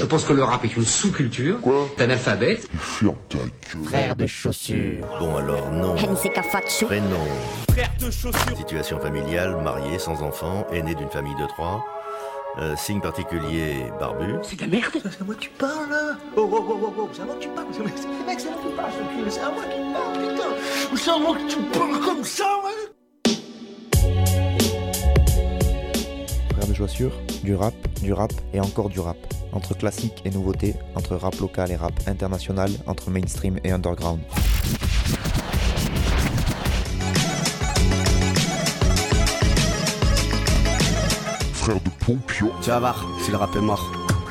Je pense que le rap est une sous-culture. Quoi? T'es analphabète. Ferme ta gueule. Frère de chaussures. Bon alors non. Hensekafatu. Prénom. Frère de chaussures. Situation familiale, marié, sans enfant, aîné d'une famille de 3. Signe particulier, barbu. C'est de la merde. C'est à moi que tu parles là. Oh, c'est à moi que tu parles. Mec, c'est à moi que tu parles, mais c'est à moi que tu parles, putain. C'est à moi que tu parles comme ça, ouais. Frère de chaussures, du rap et encore du rap. Entre classique et nouveauté, entre rap local et rap international, entre mainstream et underground. Frère de Pompion. Tu vas voir, si le rap est mort.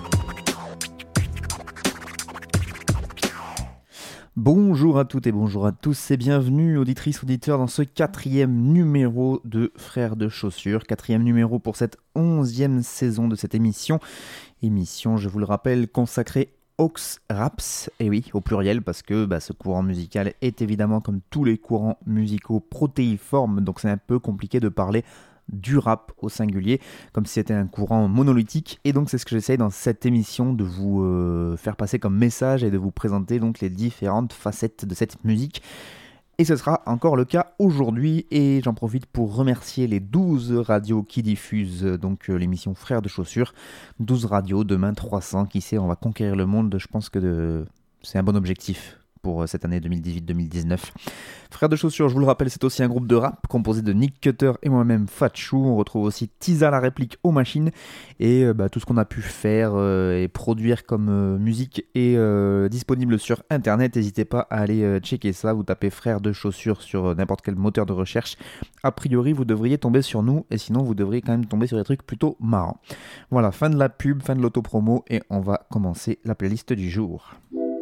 Bonjour à toutes et bonjour à tous et bienvenue auditrices, auditeurs dans ce 4e numéro de Frères de chaussures. 4e numéro pour cette 11e saison de cette émission. Émission, je vous le rappelle, consacrée aux raps, et oui, au pluriel, parce que ce courant musical est évidemment comme tous les courants musicaux protéiformes, donc c'est un peu compliqué de parler du rap au singulier, comme si c'était un courant monolithique, et donc c'est ce que j'essaye dans cette émission de vous faire passer comme message et de vous présenter donc les différentes facettes de cette musique. Et ce sera encore le cas aujourd'hui, et j'en profite pour remercier les 12 radios qui diffusent donc l'émission Frères de chaussures. 12 radios, demain 300, qui sait, on va conquérir le monde, je pense que c'est un bon objectif pour cette année 2018-2019. Frères de chaussures, je vous le rappelle, c'est aussi un groupe de rap composé de Nick Cutter et moi-même Fatchou. On retrouve aussi Tisa la réplique aux machines, et tout ce qu'on a pu faire et produire comme musique est disponible sur internet. N'hésitez pas à aller checker ça. Vous tapez Frères de chaussures sur n'importe quel moteur de recherche. A priori, vous devriez tomber sur nous, et sinon vous devriez quand même tomber sur des trucs plutôt marrants. Voilà, fin de la pub, fin de l'autopromo, et on va commencer la playlist du jour.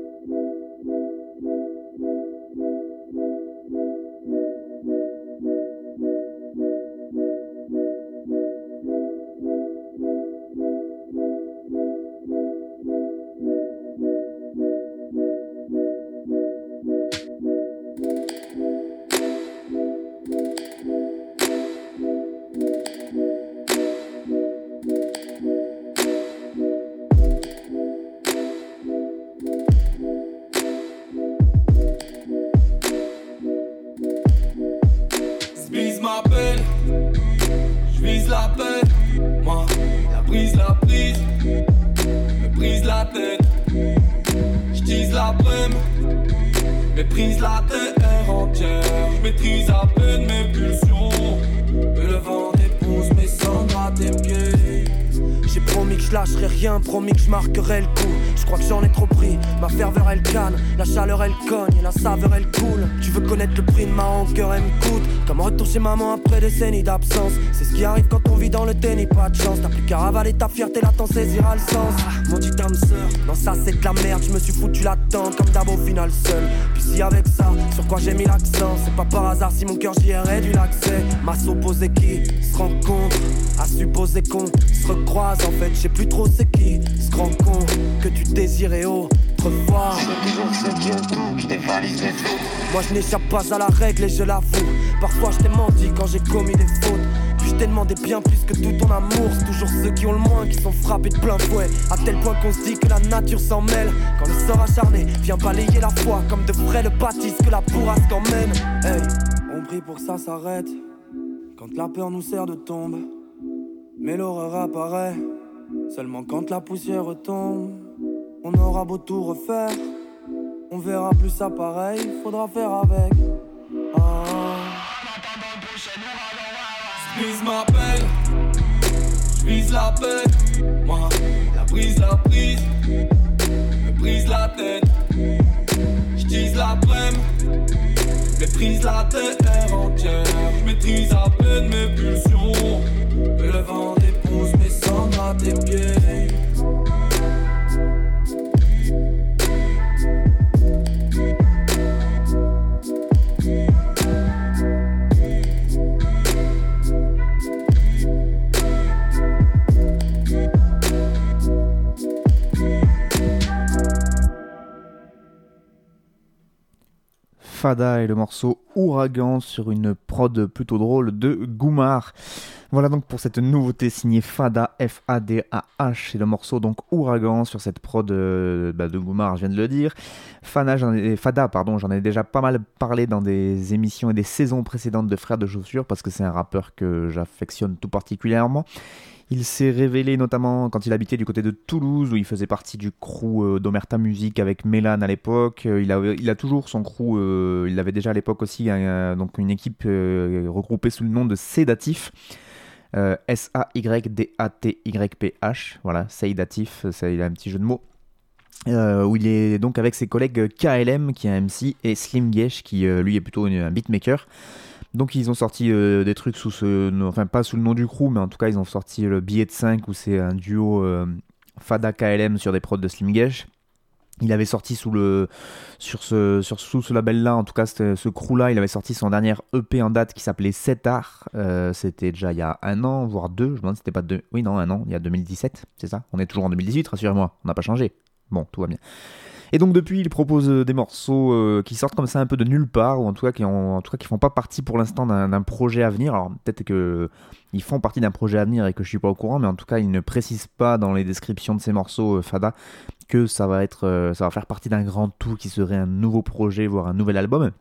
Promis que je marquerai le coup. Je crois que j'en ai trop pris. Ma ferveur elle canne, la chaleur elle cogne et la saveur elle coule. Tu veux connaître le prix de ma rancœur, elle me coûte. Comme un retour chez maman après des décennies d'absence. C'est ce qui arrive quand on vit dans le déni, pas de chance. T'as plus qu'à ravaler ta fierté, là t'en saisiras le sens. Maudite âme sœur, non ça c'est de la merde. Je me suis foutu là-dedans comme d'hab au final seul. Puis si avec ça, sur quoi j'ai mis l'accent, c'est pas par hasard si mon cœur j'y ai réduit l'accès. M'a supposé qui se rencontre, à supposer qu'on se recroise. En fait, je sais plus trop c'est qui se rend compte que tu désirais autrefois. C'est toujours ceux qui ont tout qui dévalisent les fautes. Moi je n'échappe pas à la règle et je l'avoue. Parfois je t'ai menti quand j'ai commis des fautes. Puis je t'ai demandé bien plus que tout ton amour. C'est toujours ceux qui ont le moins qui sont frappés de plein fouet. À tel point qu'on se dit que la nature s'en mêle. Quand le sort acharné vient balayer la foi, comme de frais le baptise que la bourrasque emmène. Hey, on prie pour que ça s'arrête quand la peur nous sert de tombe. Mais l'horreur apparaît seulement quand la poussière retombe. On aura beau tout refaire, on verra plus ça pareil, faudra faire avec. J'vise ma peine, j'vise la paix. Moi, la prise, me brise la tête. J'tise la brème, méprise la terre entière. J'maîtrise à peine mes pulsions. Le vent dépose mes cendres à tes pieds. Fada et le morceau Ouragan sur une prod plutôt drôle de Goumar. Voilà donc pour cette nouveauté signée Fada, F-A-D-A-H, et le morceau donc Ouragan sur cette prod de Goumar, je viens de le dire. Fada, j'en ai déjà pas mal parlé dans des émissions et des saisons précédentes de Frères de Chaussures, parce que c'est un rappeur que j'affectionne tout particulièrement. Il s'est révélé notamment quand il habitait du côté de Toulouse, où il faisait partie du crew d'Omerta Music avec Mélan à l'époque. Il a toujours son crew, il avait déjà à l'époque aussi donc une équipe regroupée sous le nom de Sédatif. S-A-Y-D-A-T-Y-P-H, voilà, Sédatif, il a un petit jeu de mots. Où il est donc avec ses collègues KLM, qui est un MC, et Slim Gesh, qui lui est plutôt un beatmaker. Donc ils ont sorti des trucs pas sous le nom du crew, mais en tout cas ils ont sorti le Billet de 5, où c'est un duo Fada KLM sur des prods de Slim Gesh. Il avait sorti sous ce label-là, en tout cas ce crew-là, il avait sorti son dernier EP en date qui s'appelait 7 Art. C'était déjà il y a 1 an, voire 2, je me demande si c'était pas 2. Oui, non, 1 an, il y a 2017, c'est ça. On est toujours en 2018, rassurez-moi, on n'a pas changé. Bon, tout va bien. Et donc depuis, il propose des morceaux qui sortent comme ça un peu de nulle part, ou en tout cas qui font pas partie pour l'instant d'un projet à venir. Alors peut-être qu'ils font partie d'un projet à venir et que je suis pas au courant, mais en tout cas, il ne précise pas dans les descriptions de ces morceaux Fada que ça va faire partie d'un grand tout qui serait un nouveau projet, voire un nouvel album.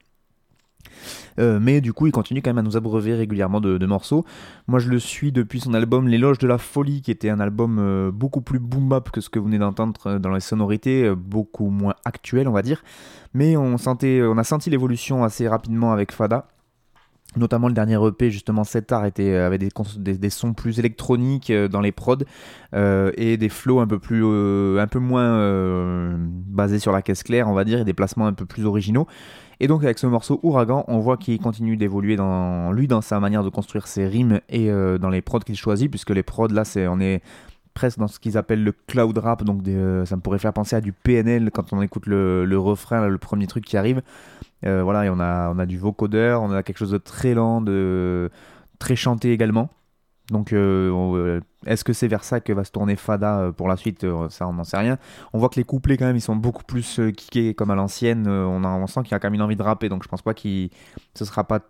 Mais du coup il continue quand même à nous abreuver régulièrement de morceaux. Moi je le suis depuis son album L'éloge de la folie, qui était un album beaucoup plus boom bap que ce que vous venez d'entendre dans les sonorités, beaucoup moins actuel on va dire, mais on a senti l'évolution assez rapidement avec Fada. Notamment le dernier EP, justement, 7 Art avait des sons plus électroniques dans les prods et des flows un peu moins basés sur la caisse claire, on va dire, et des placements un peu plus originaux. Et donc avec ce morceau Ouragan, on voit qu'il continue d'évoluer dans sa manière de construire ses rimes et dans les prods qu'il choisit, puisque les prods là, on est presque dans ce qu'ils appellent le cloud rap, donc ça me pourrait faire penser à du PNL quand on écoute le refrain, là, le premier truc qui arrive. Voilà, et on a du vocodeur, on a quelque chose de très lent, de très chanté également. Donc est-ce que c'est vers ça que va se tourner Fada pour la suite, ça on n'en sait rien. On voit que les couplets quand même ils sont beaucoup plus kickés comme à l'ancienne, on sent qu'il y a quand même une envie de rapper, donc je pense pas il va pas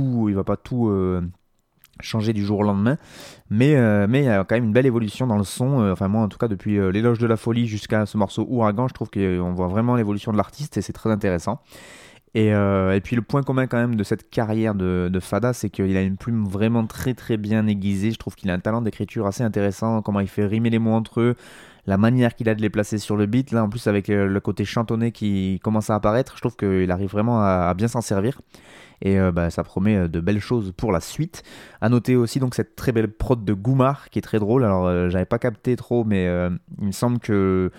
tout changer du jour au lendemain, mais il y a quand même une belle évolution dans le son. Enfin moi en tout cas depuis l'éloge de la folie jusqu'à ce morceau Ouragan, je trouve qu'on voit vraiment l'évolution de l'artiste et c'est très intéressant. Et puis le point commun quand même de cette carrière de Fada, c'est qu'il a une plume vraiment très très bien aiguisée. Je trouve qu'il a un talent d'écriture assez intéressant, comment il fait rimer les mots entre eux, la manière qu'il a de les placer sur le beat. Là en plus avec le côté chantonné qui commence à apparaître, je trouve qu'il arrive vraiment à bien s'en servir. Et ça promet de belles choses pour la suite. À noter aussi donc cette très belle prod de Goumar qui est très drôle. Alors j'avais pas capté trop, mais il me semble que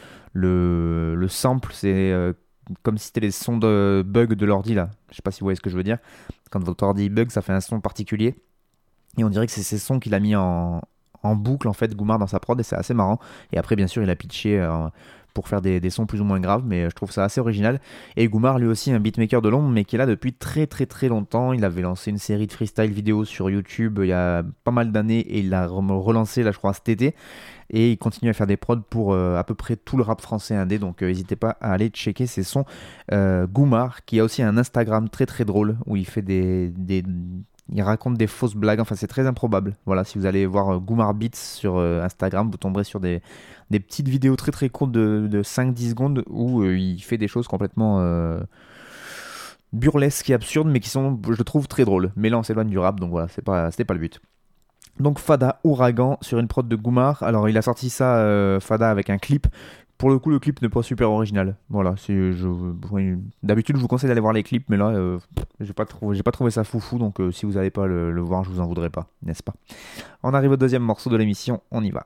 le sample c'est comme si c'était les sons de bug de l'ordi là. Je sais pas si vous voyez ce que je veux dire. Quand votre ordi bug, ça fait un son particulier. Et on dirait que c'est ces sons qu'il a mis en boucle en fait, Goumar dans sa prod, et c'est assez marrant. Et après bien sûr il a pitché pour faire des sons plus ou moins graves, mais je trouve ça assez original. Et Goumar lui aussi un beatmaker de l'ombre, mais qui est là depuis très très très longtemps. Il avait lancé une série de freestyle vidéo sur YouTube il y a pas mal d'années, et il l'a relancé là je crois cet été. Et il continue à faire des prods pour à peu près tout le rap français indé, donc n'hésitez pas à aller checker ses sons. Goumar, qui a aussi un Instagram très très drôle, où il fait il raconte des fausses blagues, enfin c'est très improbable. Voilà, si vous allez voir Goumar Beats sur Instagram, vous tomberez sur des petites vidéos très très courtes de 5-10 secondes où il fait des choses complètement burlesques et absurdes, mais qui sont, je trouve, très drôles. Mais là on s'éloigne du rap, donc voilà, c'était pas le but. Donc Fada Ouragan sur une prod de Goumar. Alors il a sorti ça Fada avec un clip. Pour le coup le clip n'est pas super original. Voilà, d'habitude je vous conseille d'aller voir les clips, mais là j'ai pas trouvé ça foufou, donc si vous n'allez pas le voir, je vous en voudrais pas, n'est-ce pas. On arrive au deuxième morceau de l'émission, on y va.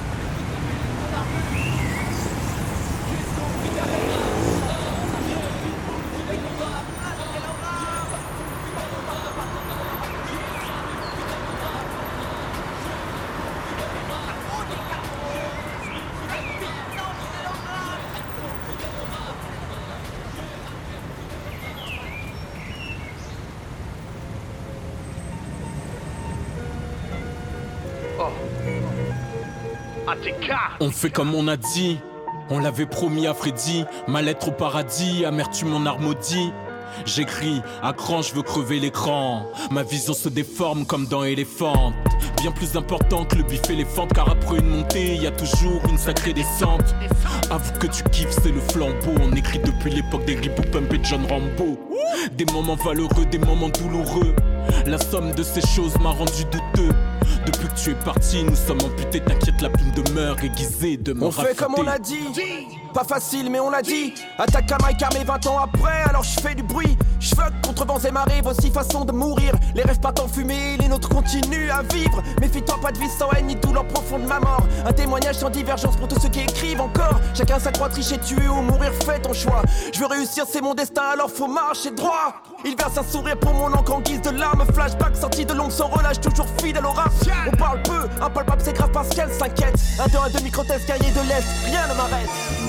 On fait comme on a dit, on l'avait promis à Freddy. Ma lettre au paradis, amertume en art maudit. J'écris, à cran, je veux crever l'écran. Ma vision se déforme comme dans Elephant. Bien plus important que le bif éléphant, car après une montée, y a toujours une sacrée descente. Avoue que tu kiffes, c'est le flambeau. On écrit depuis l'époque des Ribou Pump et John Rambo. Des moments valeureux, des moments douloureux. La somme de ces choses m'a rendu douteux. Depuis que tu es parti, nous sommes amputés. T'inquiète, la plume demeure aiguisée de me On fait comme on a dit, pas facile mais on a dit. Attaque à Mike Armé 20 ans après, alors je fais du bruit. Je fuck contre vents et marées, voici façon de mourir. Les rêves partent en fumée, les nôtres continuent à vivre. Méfie-toi, pas de vie sans haine ni douleur profonde de ma mort. Un témoignage sans divergence pour tous ceux qui écrivent encore. Chacun sa croix, tricher, tuer ou mourir, fais ton choix. Je veux réussir, c'est mon destin, alors faut marcher droit. Il verse un sourire pour mon encre en guise de larmes. Flashback sorti de l'ombre sans relâche, toujours fidèle au rap. On parle peu, impalpable c'est grave parce qu'elle s'inquiète. Un 2, un demi-crotesque, cahier de l'Est, rien ne m'arrête.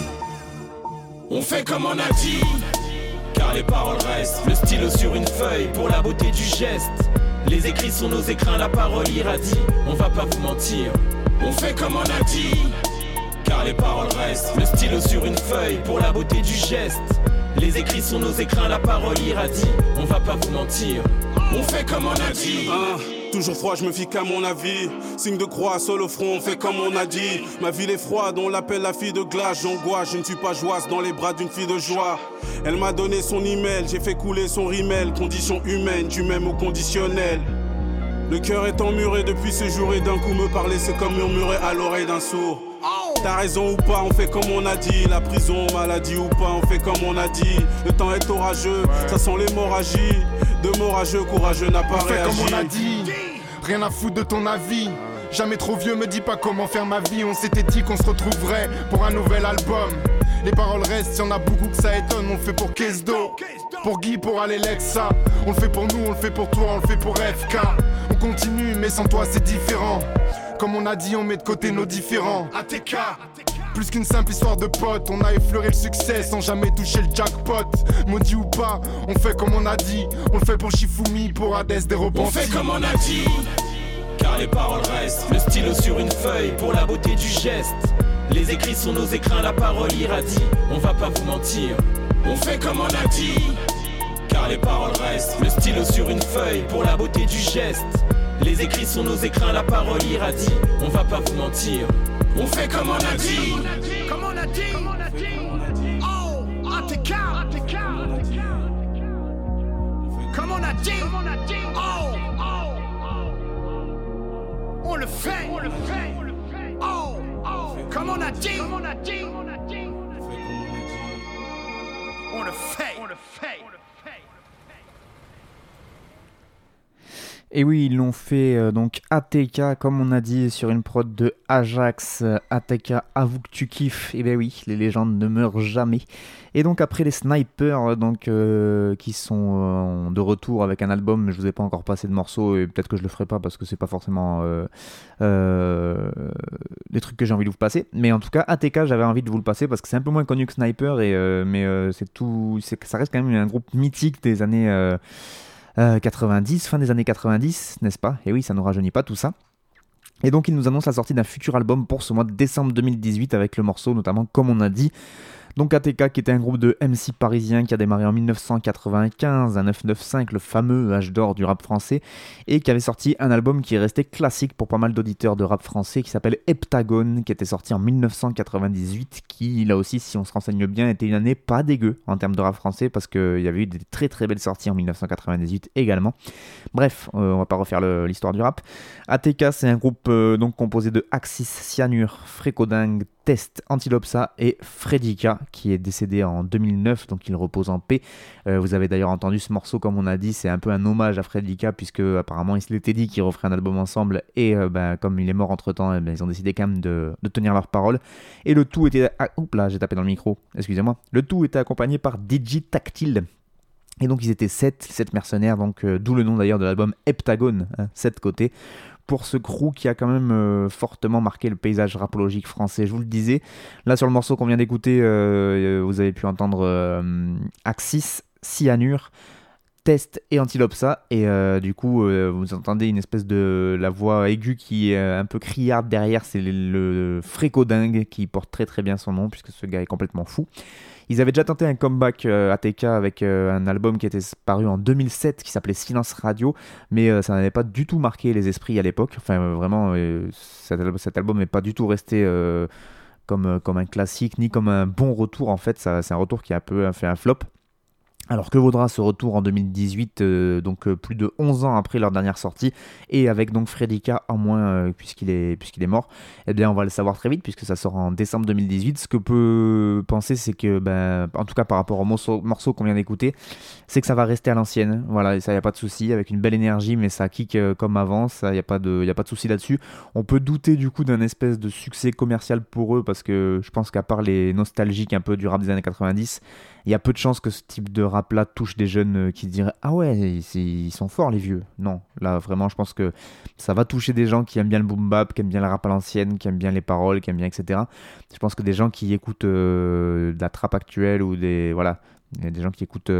On fait comme on a dit, car les paroles restent. Le stylo sur une feuille pour la beauté du geste. Les écrits sont nos écrins, la parole irradie. On va pas vous mentir. On fait comme on a dit, car les paroles restent. Le stylo sur une feuille pour la beauté du geste. Les écrits sont nos écrins, la parole irradie. On va pas vous mentir. On fait comme on a dit. Toujours froid, je me fie qu'à mon avis. Signe de croix, seul au front, on fait comme on a dit. Ma ville est froide, on l'appelle la fille de glace. J'angoisse, je ne suis pas joyeuse dans les bras d'une fille de joie. Elle m'a donné son email, j'ai fait couler son rimel. Condition humaine, du même au conditionnel. Le cœur est emmuré depuis ce jour et d'un coup me parler, c'est comme murmurer à l'oreille d'un sourd. T'as raison ou pas, on fait comme on a dit. La prison, maladie ou pas, on fait comme on a dit. Le temps est orageux, ça sent l'hémorragie. De morageux, courageux n'a pas réagi. On fait comme on a dit, rien à foutre de ton avis. Jamais trop vieux, me dis pas comment faire ma vie. On s'était dit qu'on se retrouverait pour un nouvel album. Les paroles restent, y'en a beaucoup que ça étonne. On le fait pour Kesdo, pour Guy, pour Alexa. On le fait pour nous, on le fait pour toi, on le fait pour FK. On continue, mais sans toi c'est différent. Comme on a dit, on met de côté nos différends. ATK, plus qu'une simple histoire de potes. On a effleuré le succès sans jamais toucher le jackpot. Maudit ou pas, on fait comme on a dit. On le fait pour Shifumi, pour Hades des repentis. On fait comme on a dit, car les paroles restent. Le stylo sur une feuille pour la beauté du geste. Les écrits sont nos écrins, la parole irradie. On va pas vous mentir. On fait comme on a dit, car les paroles restent. Le stylo sur une feuille pour la beauté du geste. Les écrits sont nos écrins, la parole irradie. On va pas vous mentir. On fait comme on a dit. Comme on a dit. Oh, ATK. Comme on a dit. Oh, on le fait. Oh, comme on a dit. On le fait. Et oui, ils l'ont fait donc ATK, comme on a dit, sur une prod de Ajax. ATK, avoue que tu kiffes. Et ben oui, les légendes ne meurent jamais. Et donc après les Snipers, qui sont de retour avec un album, je vous ai pas encore passé de morceaux et peut-être que je le ferai pas parce que c'est pas forcément des trucs que j'ai envie de vous passer. Mais en tout cas, ATK, j'avais envie de vous le passer parce que c'est un peu moins connu que Sniper, ça reste quand même un groupe mythique des années 90, fin des années 90, n'est-ce pas? Et oui, ça ne nous rajeunit pas tout ça. Et donc il nous annonce la sortie d'un futur album pour ce mois de décembre 2018 avec le morceau notamment Comme on a dit. Donc ATK qui était un groupe de MC parisiens qui a démarré en 1995 à 995, le fameux âge d'or du rap français, et qui avait sorti un album qui est resté classique pour pas mal d'auditeurs de rap français qui s'appelle Heptagone, qui était sorti en 1998, qui là aussi si on se renseigne bien était une année pas dégueu en termes de rap français parce qu'il y avait eu des très très belles sorties en 1998 également. Bref, on va pas refaire l'histoire du rap. ATK c'est un groupe donc composé de Axis, Cyanure, Frécodingue, Test, Antilopsa et Fredika qui est décédé en 2009, donc il repose en paix. Vous avez d'ailleurs entendu ce morceau, comme on a dit, c'est un peu un hommage à Fredika puisque apparemment il s'était dit qu'ils referaient un album ensemble et comme il est mort entre temps, ils ont décidé quand même de tenir leur parole. Et le tout était... Oups là, j'ai tapé dans le micro, excusez-moi. Le tout était accompagné par Digitactile. Et donc ils étaient 7 mercenaires, donc d'où le nom d'ailleurs de l'album Heptagone, 7 côtés. Pour ce crew qui a quand même fortement marqué le paysage rapologique français, je vous le disais. Là sur le morceau qu'on vient d'écouter, vous avez pu entendre Axis, Cyanure, Test et Antilopsa, et du coup vous entendez une espèce de la voix aiguë qui est un peu criarde derrière, c'est le Frécodingue qui porte très très bien son nom puisque ce gars est complètement fou. Ils avaient déjà tenté un comeback ATK avec un album qui était paru en 2007 qui s'appelait Silence Radio, mais ça n'avait pas du tout marqué les esprits à l'époque. Enfin vraiment cet album n'est pas du tout resté comme un classique ni comme un bon retour. En fait c'est un retour qui a un peu fait un flop. Alors que vaudra ce retour en 2018, donc plus de 11 ans après leur dernière sortie, et avec donc Fredika en moins puisqu'il est mort, eh bien on va le savoir très vite puisque ça sort en décembre 2018. Ce que peut penser, c'est que, en tout cas par rapport au morceau qu'on vient d'écouter, c'est que ça va rester à l'ancienne. Voilà, ça y a pas de souci, avec une belle énergie, mais ça kick comme avant, ça y a pas de souci là-dessus. On peut douter du coup d'un espèce de succès commercial pour eux parce que je pense qu'à part les nostalgiques un peu du rap des années 90, il y a peu de chances que ce type de rap-là touche des jeunes qui se diraient « Ah ouais, ils sont forts les vieux ». Non, là vraiment je pense que ça va toucher des gens qui aiment bien le boom-bap, qui aiment bien le rap à l'ancienne, qui aiment bien les paroles, qui aiment bien etc. Je pense que des gens qui écoutent de la trap actuelle ou des gens qui écoutent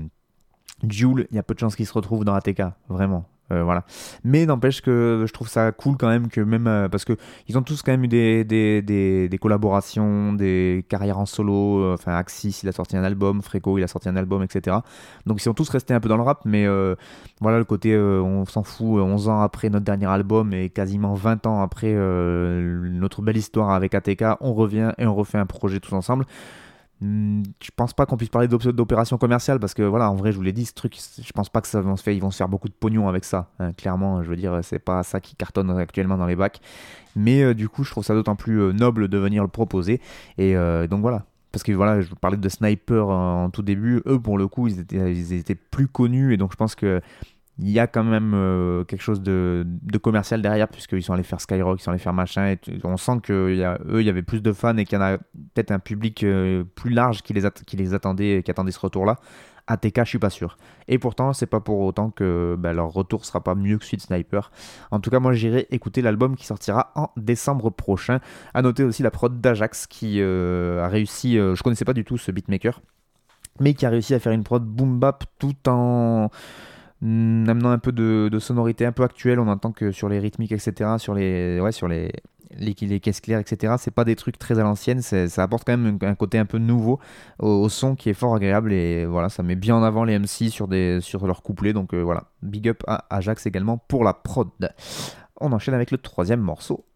Jul, il y a peu de chances qu'ils se retrouvent dans ATK, vraiment. Voilà. Mais n'empêche que je trouve ça cool quand même que même parce que ils ont tous quand même eu des collaborations, des carrières en solo. Enfin Axis il a sorti un album, Fréco il a sorti un album, etc. Donc ils sont tous restés un peu dans le rap, mais voilà le côté on s'en fout. 11 ans après notre dernier album et quasiment 20 ans après notre belle histoire avec ATK, on revient et on refait un projet tous ensemble. Je pense pas qu'on puisse parler d'opération commerciale parce que voilà, en vrai je vous l'ai dit, ce truc je pense pas que ça va se faire, ils vont se faire beaucoup de pognon avec ça, hein, clairement. Je veux dire, c'est pas ça qui cartonne actuellement dans les bacs, mais du coup je trouve ça d'autant plus noble de venir le proposer, et donc voilà. Parce que voilà, je vous parlais de Sniper en tout début, eux pour le coup ils étaient plus connus, et donc je pense que il y a quand même quelque chose de commercial derrière, puisqu'ils sont allés faire Skyrock, ils sont allés faire machin, et on sent qu'eux, il y avait plus de fans et qu'il y en a peut-être un public plus large qui les attendait, qui attendait ce retour-là. ATK, je suis pas sûr. Et pourtant, c'est pas pour autant que leur retour sera pas mieux que celui de Sniper. En tout cas, moi j'irai écouter l'album qui sortira en décembre prochain. À noter aussi la prod d'Ajax qui a réussi, je connaissais pas du tout ce beatmaker, mais qui a réussi à faire une prod boom bap tout en amenant un peu de sonorité un peu actuelle. On entend que sur les rythmiques, etc., sur les caisses claires, etc., c'est pas des trucs très à l'ancienne, ça apporte quand même un côté un peu nouveau au son qui est fort agréable, et voilà, ça met bien en avant les MC sur leurs couplets, donc voilà, big up à Ajax également pour la prod. On enchaîne avec le troisième morceau.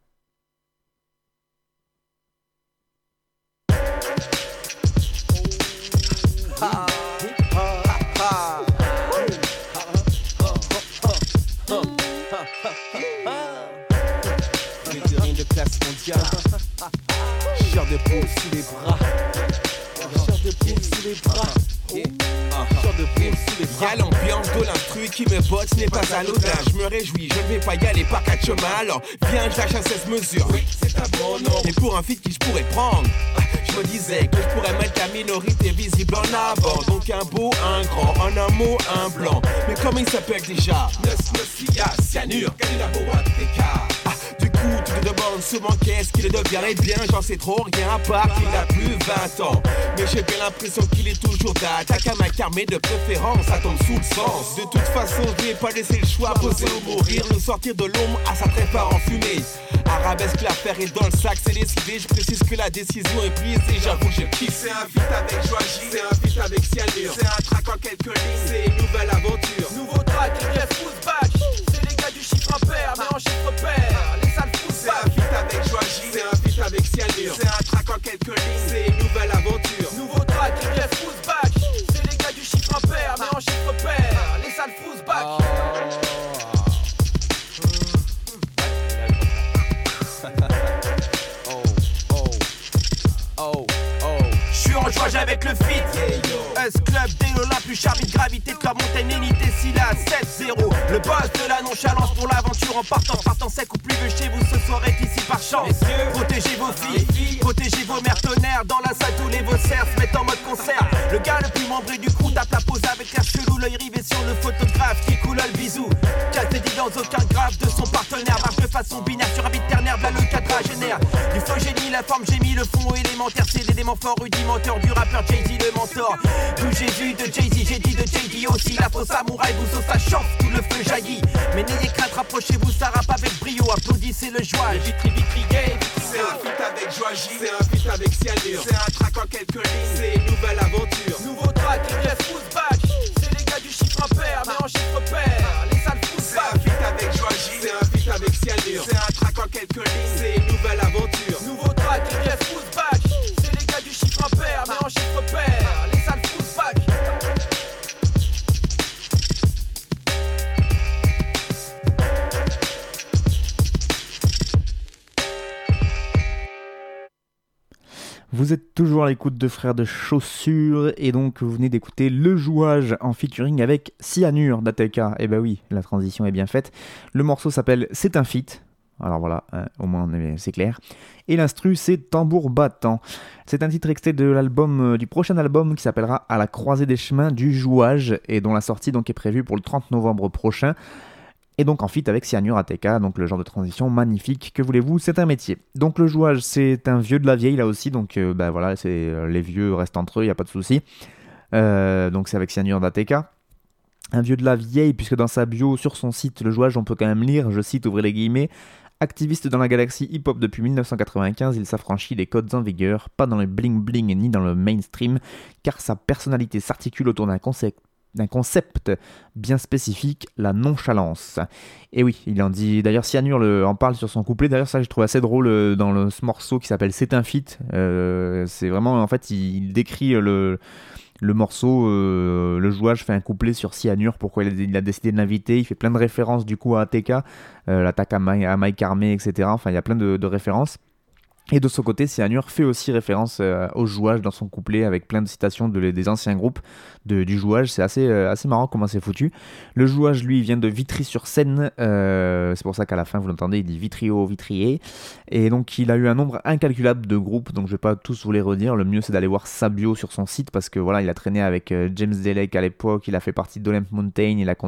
Genre de poule sous les bras. Genre de poule sous les bras. Genre de poule sous les bras. Y'a l'ambiance de l'instru qui me botte, ce n'est pas anodin. Je me réjouis, je ne vais pas y aller par 4 chemins. Alors viens, je lâche à 16 mesures. Oui, c'est un bon nom. Et pour un feat qui je pourrais prendre, je me disais que je pourrais mettre la minorité visible en avant. Donc un beau, un grand, en un mot, un blanc. Mais comment il s'appelle déjà? Nesmesia, cyanure, Galilabo, ATK. Du coup, tu te demandes souvent qu'est-ce qu'il devient. Eh bien, j'en sais trop rien à part qu'il a plus 20 ans. Mais j'ai bien l'impression qu'il est toujours d'attaque à ma car, mais de préférence, ça tombe sous le sens. De toute façon, je lui ai pas laissé le choix, poser ou mourir, nous sortir de l'ombre à sa prépare en fumée. Arabesque, l'affaire est dans le sac, c'est décidé. Je précise que la décision est prise et j'avoue que je kiffe. C'est un feat avec Joaji, c'est un feat avec Cyanure. C'est un track en quelques lignes, c'est une nouvelle aventure. Nouveau track, il est footback. C'est les gars du chiffre impair, mais en chiffre pair. C'est un feat avec Joaji, c'est un feat avec Cyanure. C'est un track en quelques lignes, c'est une nouvelle aventure. Nouveau track, il est footback. C'est les gars du chiffre impair, mais en chiffre pair. Les salles footback. En joie avec le feat, S-Club, Délola, plus Charlie, gravité de Clermont-Tonne, Unité, Silla, 7-0. Le boss de la nonchalance pour l'aventure en partant sec ou plus que chez vous ce soir est ici par chance. Messieurs, protégez vos filles, protégez vos mères tonnerres. Dans la salle tous les vaussaires se mettent en mode concert. Le gars le plus membré du crew tape la pose avec l'air chelou, l'œil rivé sur le photographe qui coule le bisou. Casse dit dans aucun grave de son partenaire, marche de façon binaire sur un beat ternaire, là le cadrage génère. Du faux génie, la forme j'ai mis le fond élémentaire, c'est l'élément fort rudimentaire. créateur du rappeur Jay-Z le mentor. D'où j'ai vu de Jay-Z, j'ai dit de Jay-Z aussi. La fausse samouraï vous sauce sa chance, tout le feu jaillit. Mais n'ayez crainte, rapprochez-vous, ça rappe avec brio. Applaudissez le joie, vitrier. C'est un feat avec Joie J, c'est un feat avec Cyanure. C'est un track en quelques lignes, c'est une nouvelle aventure. Nouveau track, il reste footback. C'est les gars du chiffre impair, mais en chiffre pair. Les salles c'est un feat avec Joie J, c'est un feat avec Cyanure. C'est un track en quelques lignes, c'est une nouvelle aventure. Nouveau track, il reste footback. C'est les gars du chiffre impair, mais en chiffre pair. Les salles footback. Vous êtes toujours à l'écoute de Frères de Chaussures et donc vous venez d'écouter Le Jouage en featuring avec Cyanure d'ATK. Eh ben oui, la transition est bien faite. Le morceau s'appelle C'est un feat. Alors voilà, au moins c'est clair. Et l'instru c'est Tambour battant. C'est un titre extrait de l'album, du prochain album qui s'appellera À la croisée des chemins du Jouage et dont la sortie donc est prévue pour le 30 novembre prochain. Et donc en feat avec Cyanure ATK, donc le genre de transition magnifique, que voulez-vous, c'est un métier. Donc le jouage, c'est un vieux de la vieille là aussi, donc voilà, c'est les vieux restent entre eux, il n'y a pas de souci. Donc c'est avec Cyanure d'ATK. Un vieux de la vieille, puisque dans sa bio sur son site, le jouage, on peut quand même lire, je cite, ouvrez les guillemets, activiste dans la galaxie hip-hop depuis 1995, il s'affranchit des codes en vigueur, pas dans le bling-bling ni dans le mainstream, car sa personnalité s'articule autour d'un concept bien spécifique, la nonchalance. Et oui, il en dit, d'ailleurs Cyanure en parle sur son couplet, d'ailleurs ça je trouve assez drôle dans ce morceau qui s'appelle C'est un feat, c'est vraiment, en fait il décrit le morceau, le jouage fait un couplet sur Cyanure, pourquoi il a décidé de l'inviter, il fait plein de références du coup à ATK, l'attaque à Mike Armé, etc. Enfin il y a plein de références. Et de son côté, Cyanure fait aussi référence au jouage dans son couplet avec plein de citations des anciens groupes du jouage. C'est assez marrant comment c'est foutu. Le jouage, lui, vient de Vitry-sur-Seine. C'est pour ça qu'à la fin, vous l'entendez, il dit Vitrio-Vitrier. Et donc, il a eu un nombre incalculable de groupes. Donc, je ne vais pas tous vous les redire. Le mieux, c'est d'aller voir sa bio sur son site parce que voilà, il a traîné avec James Delec à l'époque. Il a fait partie d'Olymp Mountain. Il a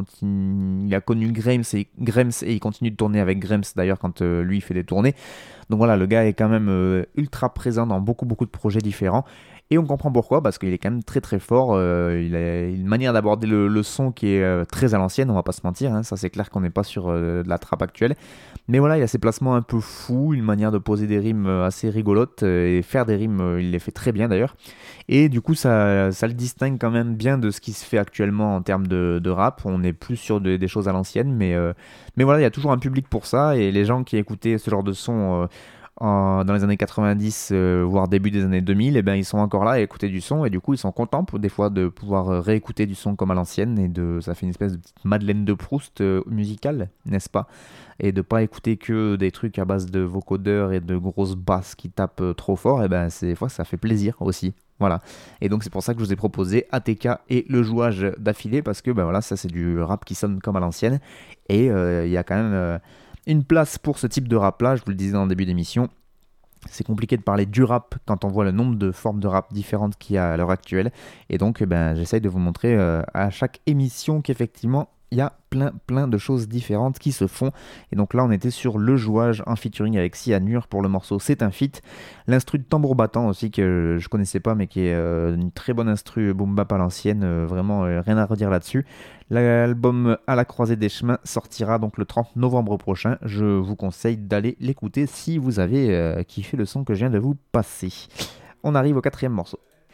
connu Grimes et il continue de tourner avec Grimes d'ailleurs quand lui, il fait des tournées. Donc voilà, le gars est quand même ultra présent dans beaucoup de projets différents. Et on comprend pourquoi, parce qu'il est quand même très très fort. Il a une manière d'aborder le son qui est très à l'ancienne, on va pas se mentir. Hein, ça c'est clair qu'on n'est pas sur de la trappe actuelle. Mais voilà, il a ses placements un peu fous, une manière de poser des rimes assez rigolotes. Et faire des rimes, il les fait très bien d'ailleurs. Et du coup, ça le distingue quand même bien de ce qui se fait actuellement en termes de rap. On est plus sur des choses à l'ancienne, mais voilà, il y a toujours un public pour ça. Et les gens qui écoutaient ce genre de son dans les années 90, voire début des années 2000, et ben ils sont encore là à écouter du son. Et du coup, ils sont contents des fois de pouvoir réécouter du son comme à l'ancienne. Et ça fait une espèce de petite Madeleine de Proust musicale, n'est-ce pas ? Et de pas écouter que des trucs à base de vocodeurs et de grosses basses qui tapent trop fort, et ben des fois ça fait plaisir aussi. Voilà. Et donc c'est pour ça que je vous ai proposé ATK et Le Jouage d'affilée, parce que ben voilà, ça c'est du rap qui sonne comme à l'ancienne. Et il y a quand même une place pour ce type de rap là, je vous le disais en début d'émission. C'est compliqué de parler du rap quand on voit le nombre de formes de rap différentes qu'il y a à l'heure actuelle. Et donc j'essaye de vous montrer à chaque émission qu'effectivement il y a plein de choses différentes qui se font. Et donc là on était sur Le Jouage en featuring avec Cyanure pour le morceau C'est un feat. L'instru de tambour battant aussi que je connaissais pas mais qui est une très bonne instru boom bap à l'ancienne, vraiment rien à redire là-dessus. L'album À la croisée des chemins sortira donc le 30 novembre prochain. Je vous conseille d'aller l'écouter si vous avez kiffé le son que je viens de vous passer. On arrive au 4e morceau.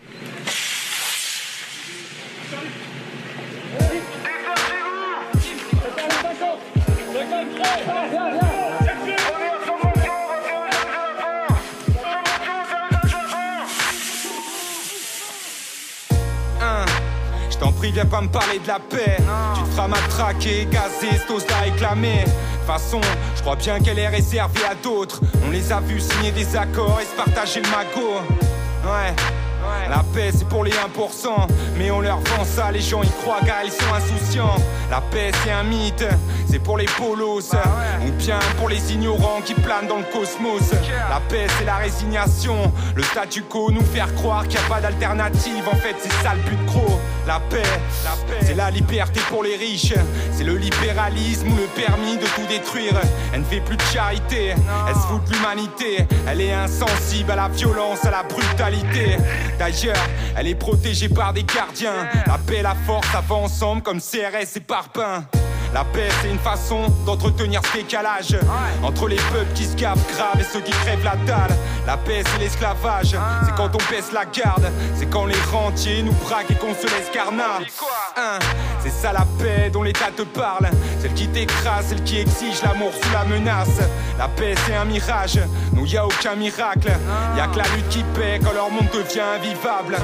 Je t'en prie, viens pas me parler de la paix. Tu te feras matraquer, gazer, t'oses la réclamer. De toute façon, je crois bien qu'elle est réservée à d'autres. On les a vus signer des accords et se partager le magot. Ouais. La paix c'est pour les 1%, mais on leur vend ça, les gens y croient car ils sont insouciants. La paix c'est un mythe, c'est pour les polos, ou bien pour les ignorants qui planent dans le cosmos. La paix c'est la résignation, le statu quo nous faire croire qu'il n'y a pas d'alternative, en fait c'est ça le but gros. La paix, c'est la liberté pour les riches. C'est le libéralisme ou le permis de tout détruire. Elle ne fait plus de charité, elle se fout de l'humanité. Elle est insensible à la violence, à la brutalité. D'ailleurs, elle est protégée par des gardiens. La paix, la force, ça va ensemble comme CRS et Parpaing. La paix, c'est une façon d'entretenir ce décalage entre les peuples qui se gavent grave et ceux qui crèvent la dalle. La paix, c'est l'esclavage, c'est quand on baisse la garde. C'est quand les rentiers nous braquent et qu'on se laisse carnage. C'est ça la paix dont l'État te parle. Celle qui t'écrase, celle qui exige l'amour sous la menace. La paix, c'est un mirage, nous y a aucun miracle. Y'a que la lutte qui paie quand leur monde devient invivable.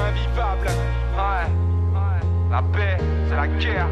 La paix, c'est la guerre.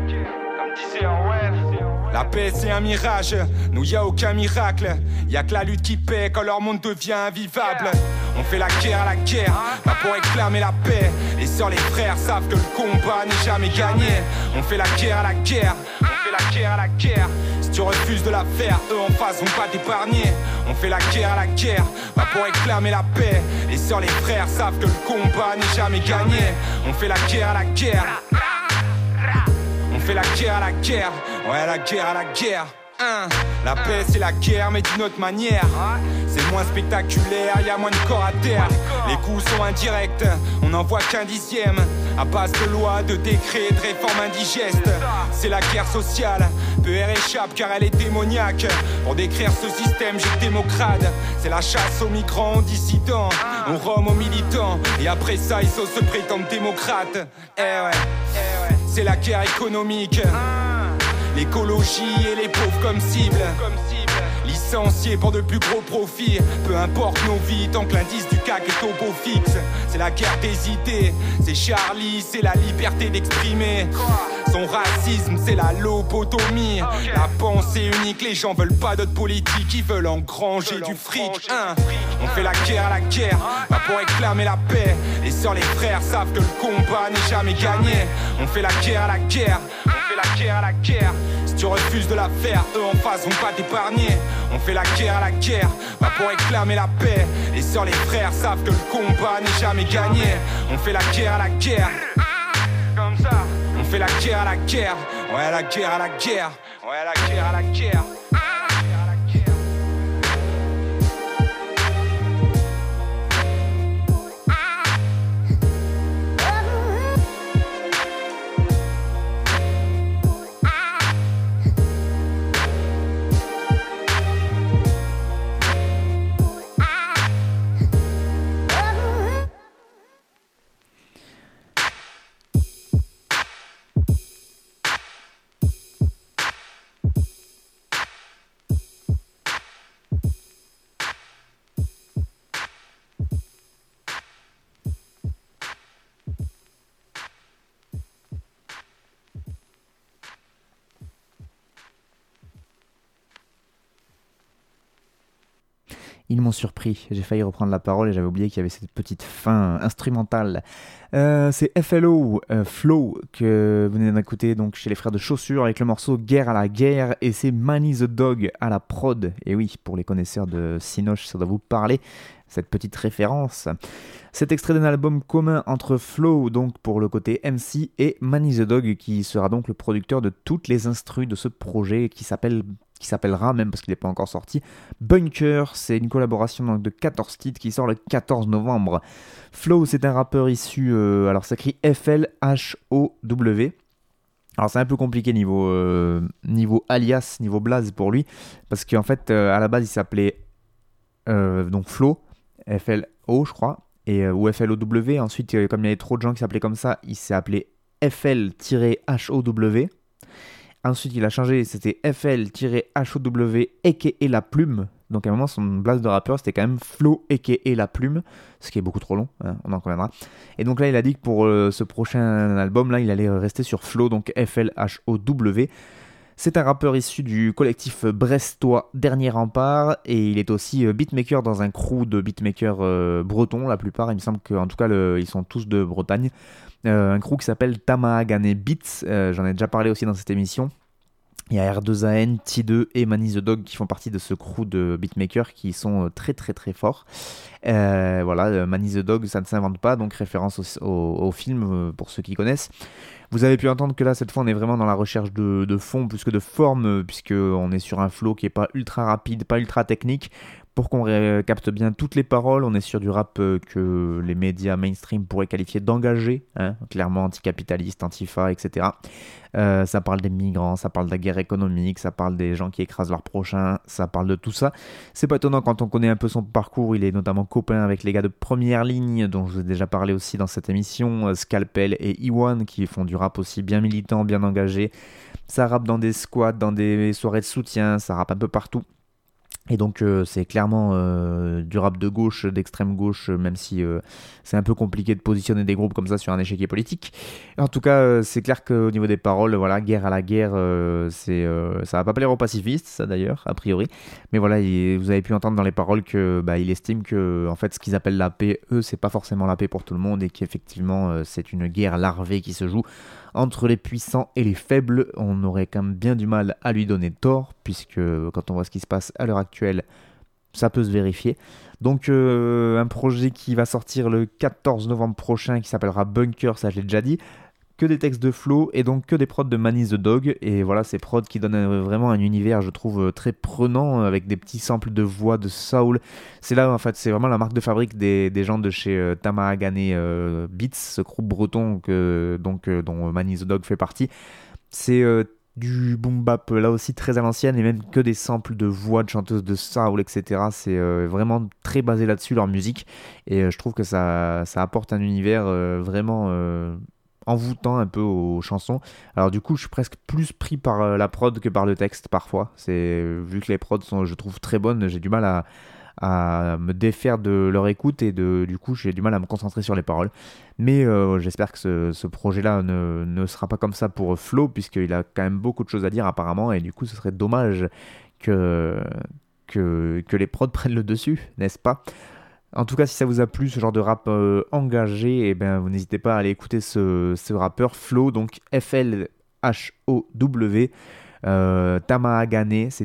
La paix c'est un mirage, nous y a aucun miracle. Y'a que la lutte qui paie quand leur monde devient invivable. On fait la guerre à la guerre, pas pour réclamer la paix. Les sœurs, les frères savent que le combat n'est jamais gagné. On fait la guerre à la guerre, on fait la guerre à la guerre. Si tu refuses de la faire, eux en face vont pas t'épargner. On fait la guerre à la guerre, pas pour réclamer la paix. Les sœurs, les frères savent que le combat n'est jamais gagné. On fait la guerre à la guerre. On fait la guerre à la guerre, ouais la guerre à la guerre. La paix c'est la guerre mais d'une autre manière. C'est moins spectaculaire, y'a moins de corps à terre. Les coups sont indirects, on n'en voit qu'un dixième. À base de lois, de décrets, de réformes indigestes. C'est la guerre sociale, peu elle échappe car elle est démoniaque. Pour décrire ce système j'ai démocrate. C'est la chasse aux migrants, aux dissidents. On romme aux militants, et après ça ils osent se prétendre démocrates. C'est la guerre économique. L'écologie et les pauvres comme cible. Licenciés pour de plus gros profits. Peu importe nos vies tant que l'indice du CAC est au beau fixe. C'est la guerre des idées. C'est Charlie, c'est la liberté d'exprimer son racisme, c'est la lobotomie. La pensée unique, les gens veulent pas d'autres politiques. Ils veulent engranger du fric. On fait la guerre à la guerre, pas pour réclamer la paix. Les sœurs, les frères savent que le combat n'est jamais gagné. On fait la guerre à la guerre, on fait la guerre à la guerre. Si tu refuses de la faire, eux en face vont pas t'épargner. On fait la guerre à la guerre, pas pour réclamer la paix. Les sœurs, les frères savent que le combat n'est jamais gagné. On fait la guerre à la guerre, comme ça. On fait la guerre à la guerre, ouais la guerre à la guerre, ouais la guerre à la guerre. Ils m'ont surpris, j'ai failli reprendre la parole et j'avais oublié qu'il y avait cette petite fin instrumentale. C'est FLO, Flow, que vous venez d'écouter donc chez les frères de Chaussures avec le morceau Guerre à la guerre, et c'est Manny the Dog à la prod. Et oui, pour les connaisseurs de Cinoche, ça doit vous parler, cette petite référence. Cet extrait d'un album commun entre Flow, donc pour le côté MC, et Manny the Dog, qui sera donc le producteur de toutes les instrus de ce projet qui s'appellera, même parce qu'il n'est pas encore sorti, Bunker. C'est une collaboration donc de 14 titres qui sort le 14 novembre. Flow, c'est un rappeur issu, alors ça s'écrit F-L-H-O-W. Alors c'est un peu compliqué niveau alias, niveau blaze pour lui, parce qu'en fait, à la base, il s'appelait donc Flow, F-L-O je crois, ou F-L-O-W. Ensuite, comme il y avait trop de gens qui s'appelaient comme ça, il s'est appelé F-L-H-O-W. Ensuite, il a changé, c'était FL-HOW aka La Plume. Donc à un moment, son blase de rappeur, c'était quand même Flow aka La Plume, ce qui est beaucoup trop long, hein, on en conviendra. Et donc là, il a dit que pour ce prochain album, là, il allait rester sur Flow, donc FLHOW. C'est un rappeur issu du collectif brestois Dernier Rempart, et il est aussi beatmaker dans un crew de beatmakers bretons, la plupart. Il me semble qu'en tout cas, ils sont tous de Bretagne. Un crew qui s'appelle Tamahagane Beats, j'en ai déjà parlé aussi dans cette émission. Il y a R2AN, T2 et Manny the Dog qui font partie de ce crew de beatmakers qui sont très très très forts. Voilà, Manny the Dog, ça ne s'invente pas, donc référence au film pour ceux qui connaissent. Vous avez pu entendre que là, cette fois, on est vraiment dans la recherche de fond plus que de forme, puisqu'on est sur un flow qui n'est pas ultra rapide, pas ultra technique. Pour qu'on capte bien toutes les paroles, on est sur du rap que les médias mainstream pourraient qualifier d'engagé, hein, clairement anticapitaliste, antifa, etc. Ça parle des migrants, ça parle de la guerre économique, ça parle des gens qui écrasent leurs prochains, ça parle de tout ça. C'est pas étonnant quand on connaît un peu son parcours, il est notamment copain avec les gars de Première Ligne, dont je vous ai déjà parlé aussi dans cette émission, Scalpel et E1, qui font du rap aussi bien militant, bien engagé. Ça rappe dans des squats, dans des soirées de soutien, ça rappe un peu partout. Et donc c'est clairement du rap de gauche, d'extrême gauche, même si c'est un peu compliqué de positionner des groupes comme ça sur un échiquier politique. En tout cas, c'est clair qu'au niveau des paroles, voilà, guerre à la guerre, ça va pas plaire aux pacifistes, ça d'ailleurs, a priori. Mais voilà, vous avez pu entendre dans les paroles que il estime que en fait ce qu'ils appellent la paix, eux, c'est pas forcément la paix pour tout le monde et qu'effectivement c'est une guerre larvée qui se joue entre les puissants et les faibles. On aurait quand même bien du mal à lui donner tort, puisque quand on voit ce qui se passe à l'heure actuelle, ça peut se vérifier. Donc un projet qui va sortir le 14 novembre prochain, qui s'appellera Bunker, ça je l'ai déjà dit. Que des textes de flow et donc que des prods de Manny the Dog. Et voilà, ces prods qui donnent vraiment un univers, je trouve, très prenant, avec des petits samples de voix, de soul. C'est là, en fait, c'est vraiment la marque de fabrique des gens de chez Tama Agane Beats, ce groupe breton dont Manny the Dog fait partie. C'est du boom bap là aussi très à l'ancienne, et même que des samples de voix de chanteuses de soul, etc. C'est vraiment très basé là-dessus, leur musique. Et je trouve que ça apporte un univers vraiment... envoûtant un peu aux chansons. Alors du coup je suis presque plus pris par la prod que par le texte parfois. Vu que les prods sont, je trouve, très bonnes, j'ai du mal à me défaire de leur écoute, et du coup j'ai du mal à me concentrer sur les paroles. Mais j'espère que ce projet-là ne sera pas comme ça pour Flo, puisqu'il a quand même beaucoup de choses à dire apparemment, et du coup ce serait dommage que les prods prennent le dessus, n'est-ce pas ? En tout cas, si ça vous a plu, ce genre de rap engagé, eh ben, vous n'hésitez pas à aller écouter ce rappeur Flo, donc F-L-H-O-W, Tama Agane, c'est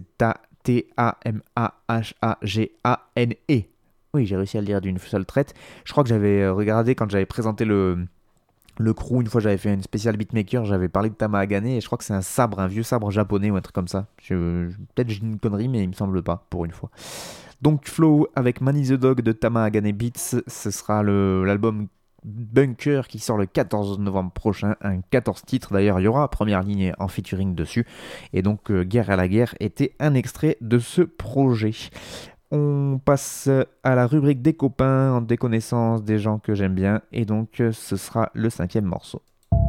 T-A-M-A-H-A-G-A-N-E. Oui, j'ai réussi à le lire d'une seule traite. Je crois que j'avais regardé quand j'avais présenté le crew, une fois j'avais fait une spéciale beatmaker, j'avais parlé de Tama Agane, et je crois que c'est un vieux sabre japonais ou un truc comme ça. Peut-être j'ai une connerie, mais il me semble pas, pour une fois. Donc Flow avec Manny the Dog de Tama Agane Beats, ce sera l'album Bunker qui sort le 14 novembre prochain, un 14 titres d'ailleurs, il y aura Première Ligne en featuring dessus, et donc Guerre à la guerre était un extrait de ce projet. On passe à la rubrique des copains, en déconnaissance des gens que j'aime bien, et donc ce sera le 5e morceau.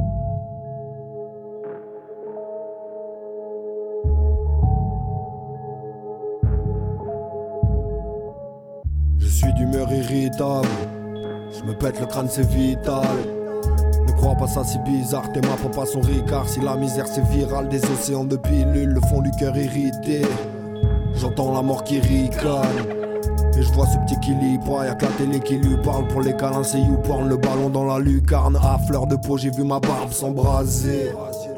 Je suis d'humeur irritable, je me pète le crâne, c'est vital. Ne crois pas ça si bizarre, tes maps pas son ricard. Si la misère c'est viral, des océans de pilules le font du cœur irrité. J'entends la mort qui ricane, et je vois ce petit qui lit pas, y'a que la télé qui lui parle. Pour les câlins c'est YouPorn, le ballon dans la lucarne. À fleur de peau j'ai vu ma barbe s'embraser.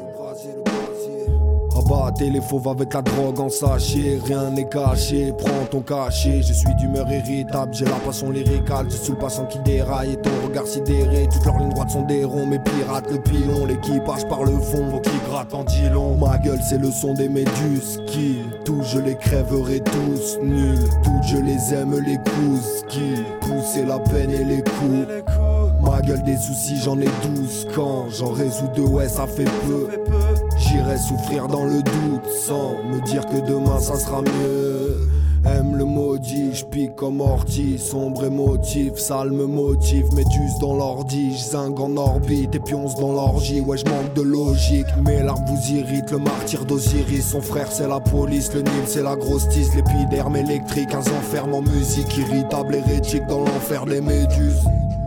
Rabattez les fauves avec la drogue en sachet, rien n'est caché, prends ton cachet. Je suis d'humeur irritable, j'ai la passion lyricale. Je suis le passant qui déraille et ton regard sidéré. Toutes leurs lignes droites sont des ronds, mes pirates le pilon. L'équipage par le fond, faut qu'ils grattent en dit long. Ma gueule c'est le son des méduses qui tous je les crèverai tous, nuls. Toutes je les aime les coups qui pousser la peine et les coups. Ma gueule des soucis j'en ai 12, quand j'en résous 2 ouais ça fait peu. J'irai souffrir dans le doute sans me dire que demain ça sera mieux. Aime le maudit, j'pique comme ortie, sombre émotif, sale me motive. Méduse dans l'ordi, j'zingue en orbite, épionce dans l'orgie, ouais j'manque de logique. Mes larmes vous irritent, le martyr d'Osiris, son frère c'est la police, le Nil c'est la grosse tisse, l'épiderme électrique, un enferme en musique, irritable, hérétique dans l'enfer des méduses.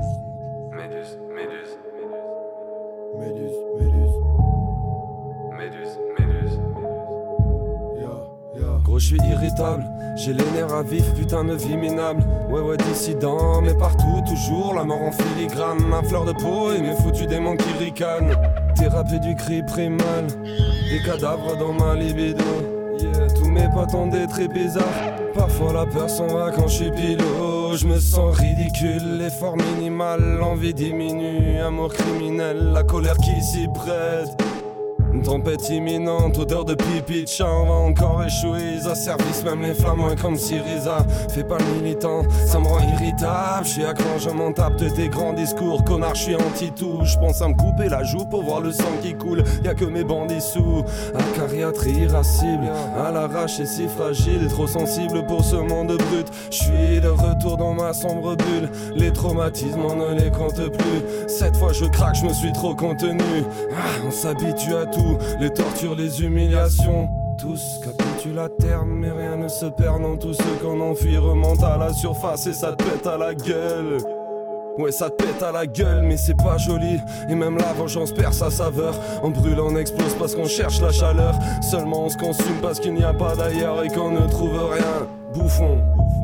Gros je suis irritable, j'ai les nerfs à vif, putain de vie minable. Ouais dissident, mais partout toujours la mort en filigrane. Ma fleur de peau et mes foutus démons qui ricanent. Thérapie du cri primal, des cadavres dans ma libido. Yeah, tous mes potes ont des traits bizarres. Parfois la peur s'en va quand je suis pilot. Je me sens ridicule, l'effort minimal, l'envie diminue, amour criminel, la colère qui s'y prête. Une tempête imminente, odeur de pipi de chat, on va encore échouer. Ils asservissent même les flamands comme Syriza. Fais pas le militant, ça me rend irritable. Je suis à cran, je m'en tape de tes grands discours. Connard, je suis anti-tout. Je pense à me couper la joue pour voir le sang qui coule. Y'a que mes bandits sous. Acariâtre irascible, à l'arrache et si fragile. Trop sensible pour ce monde brut. Je suis de retour dans ma sombre bulle. Les traumatismes, on ne les compte plus. Cette fois je craque, je me suis trop contenu. On s'habitue à tout. Les tortures, les humiliations, tous capitulent à terme, mais rien ne se perd. Non, tous ceux qu'on enfuit remontent à la surface et ça te pète à la gueule. Ouais, ça te pète à la gueule, mais c'est pas joli. Et même la vengeance perd sa saveur. On brûle, on explose parce qu'on cherche la chaleur. Seulement on se consume parce qu'il n'y a pas d'ailleurs et qu'on ne trouve rien. Bouffon.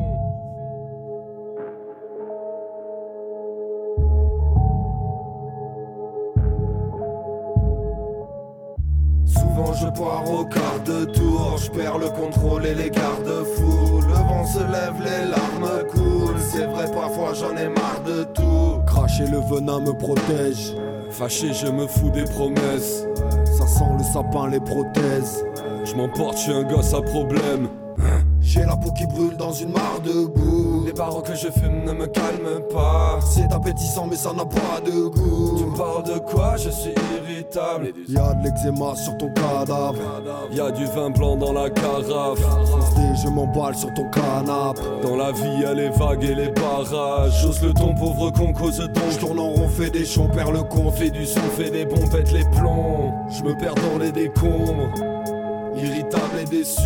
Souvent je poire au quart de tour, je perds le contrôle et les garde-fous. Le vent se lève, les larmes coulent. C'est vrai, parfois j'en ai marre de tout. Cracher le venin me protège. Fâché, je me fous des promesses. Ça sent le sapin, les prothèses. Je m'emporte, je suis un gosse à problème. J'ai la peau qui brûle dans une mare de goût. Les barreaux que je fume ne me calment pas. C'est appétissant mais ça n'a pas de goût. Tu me parles de quoi? Je suis irritable. Y'a de l'eczéma sur ton cadavre. Y'a du vin blanc dans la carafe. Je m'emballe sur ton canapé. Dans la vie y'a les vagues et les barrages. J'ose le ton pauvre con cause ton. Je tourne en rond, fais des chons, perds le con. Fais du son, fais des bombes, pète les plombs. Je me perds dans les décombres. Irritable et déçu.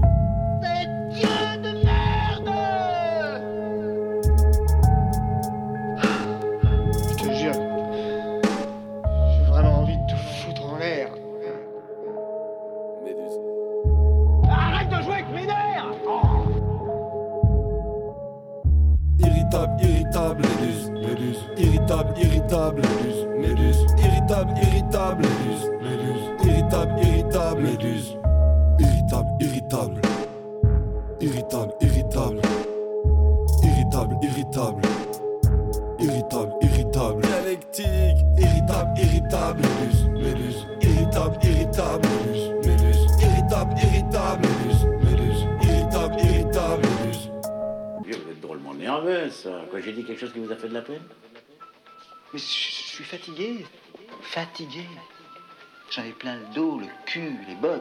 Irritable, méduse, méduse, irritable, irritable, méduse, méduse, irritable, irritable, méduse, méduse, irritable, irritable, méduse, irritable, irritable, irritable, irritable, irritable, irritable, irritable, irritable, dialectique, irritable, irritable, méduse, méduse, irritable, irritable, méduse, méduse, irritable, irritable, méduse, méduse, irritable, irritable, méduse. Vous êtes drôlement nerveux, ça. Quoi, j'ai dit quelque chose qui vous a fait de la peine? Mais je suis fatigué. Fatigué. J'en ai plein le dos, le cul, les bottes.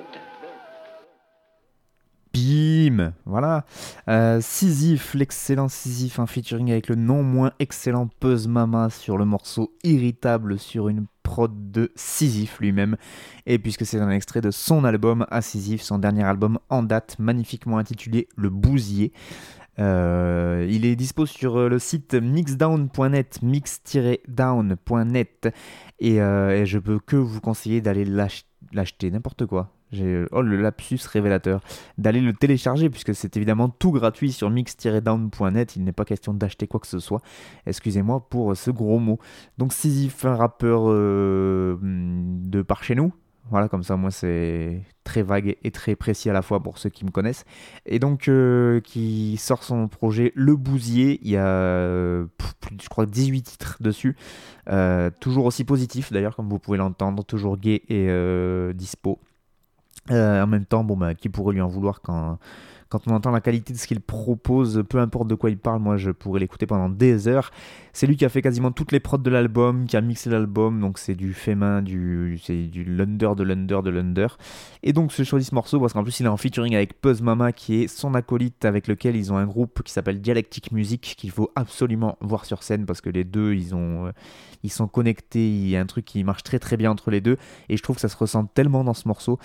Bim, voilà. Sisyphe, l'excellent Sisyphe, un featuring avec le non moins excellent Puzz Mama sur le morceau Irritable sur une prod de Sisyphe lui-même. Et puisque c'est un extrait de son album à Sisyphe, son dernier album en date, magnifiquement intitulé Le Bousier. Il est dispo sur le site mixdown.net, mix-down.net et je peux que vous conseiller d'aller l'acheter, n'importe quoi. Oh, le lapsus révélateur, d'aller le télécharger puisque c'est évidemment tout gratuit sur mix-down.net. Il n'est pas question d'acheter quoi que ce soit, excusez-moi pour ce gros mot. Donc Sisyphe, un rappeur de par chez nous. Voilà, comme ça, moi, c'est très vague et très précis à la fois pour ceux qui me connaissent. Et donc, qui sort son projet Le Bousier. Il y a, je crois, 18 titres dessus. Toujours aussi positif, d'ailleurs, comme vous pouvez l'entendre. Toujours gai et dispo. En même temps, qui pourrait lui en vouloir quand on entend la qualité de ce qu'il propose, peu importe de quoi il parle, moi je pourrais l'écouter pendant des heures. C'est lui qui a fait quasiment toutes les prods de l'album, qui a mixé l'album, donc c'est du fait main, c'est du Lunder de Lunder de Lunder. Et donc je choisis ce morceau parce qu'en plus il est en featuring avec Puzz Mama, qui est son acolyte, avec lequel ils ont un groupe qui s'appelle Dialectic Music, qu'il faut absolument voir sur scène parce que les deux ils sont connectés, il y a un truc qui marche très très bien entre les deux et je trouve que ça se ressent tellement dans ce morceau.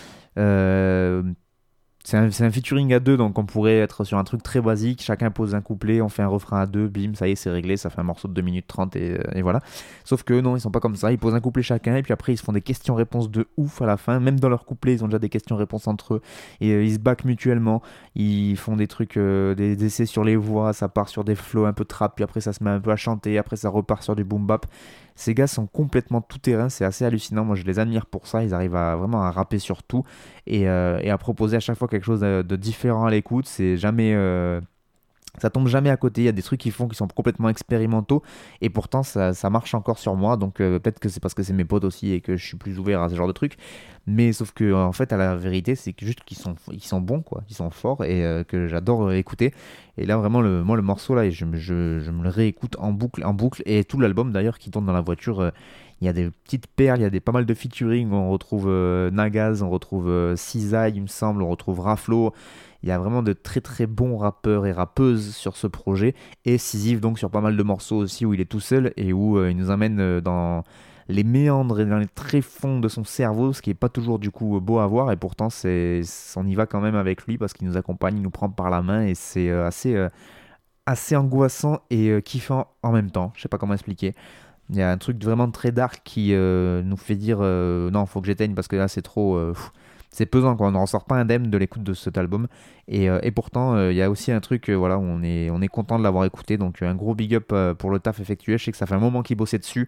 C'est un featuring à deux, donc on pourrait être sur un truc très basique, chacun pose un couplet, on fait un refrain à deux, bim, ça y est, c'est réglé, ça fait un morceau de 2 minutes 30 et voilà. Sauf que non, ils sont pas comme ça, ils posent un couplet chacun et puis après ils se font des questions-réponses de ouf à la fin, même dans leur couplet ils ont déjà des questions-réponses entre eux et ils se backent mutuellement, ils font des trucs, des essais sur les voix, ça part sur des flows un peu trap, puis après ça se met un peu à chanter, après ça repart sur du boom bap. Ces gars sont complètement tout-terrain, c'est assez hallucinant. Moi, je les admire pour ça. Ils arrivent vraiment à rapper sur tout et à proposer à chaque fois quelque chose de différent à l'écoute. C'est jamais... ça tombe jamais à côté, il y a des trucs qu'ils font qui sont complètement expérimentaux et pourtant ça marche encore sur moi, donc peut-être que c'est parce que c'est mes potes aussi et que je suis plus ouvert à ce genre de trucs, mais sauf que en fait à la vérité c'est que juste qu'ils sont bons quoi, ils sont forts et que j'adore écouter. Et là vraiment le morceau là, je me le réécoute en boucle et tout l'album d'ailleurs qui tourne dans la voiture, il y a des petites perles, il y a pas mal de featuring, on retrouve Nagaz, on retrouve Cisaille il me semble, on retrouve Raflo. Il y a vraiment de très très bons rappeurs et rappeuses sur ce projet, et Sisyphe donc sur pas mal de morceaux aussi où il est tout seul et où il nous amène dans les méandres et dans les tréfonds de son cerveau, ce qui est pas toujours du coup beau à voir, et pourtant on y va quand même avec lui parce qu'il nous accompagne, il nous prend par la main et c'est assez angoissant et kiffant en même temps, je sais pas comment expliquer. Il y a un truc vraiment très dark qui nous fait dire non, faut que j'éteigne parce que là c'est trop... c'est pesant quoi, on ne ressort pas indemne de l'écoute de cet album et pourtant il y a aussi un truc voilà, où on est content de l'avoir écouté, donc un gros big up pour le taf effectué. Je sais que ça fait un moment qu'il bossait dessus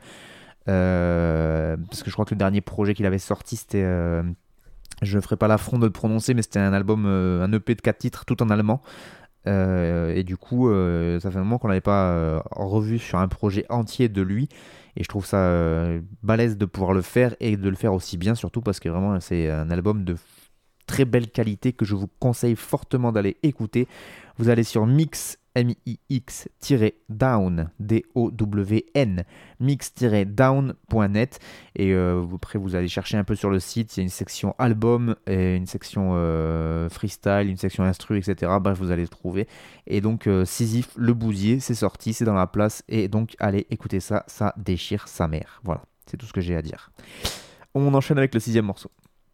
parce que je crois que le dernier projet qu'il avait sorti c'était je ne ferai pas l'affront de le prononcer, mais c'était un album, un EP de 4 titres tout en allemand et du coup ça fait un moment qu'on l'avait pas revu sur un projet entier de lui. Et je trouve ça balèze de pouvoir le faire et de le faire aussi bien, surtout parce que vraiment c'est un album de très belle qualité que je vous conseille fortement d'aller écouter. Vous allez sur mix, mix-down, D-O-W-N, mix-down.net et après vous allez chercher un peu sur le site, il y a une section album, et une section freestyle, une section instru, etc. Bref, vous allez le trouver. Et donc Sisyphe, le Bousier, c'est sorti, c'est dans la place et donc allez écouter ça, ça déchire sa mère. Voilà, c'est tout ce que j'ai à dire. On enchaîne avec le 6e morceau.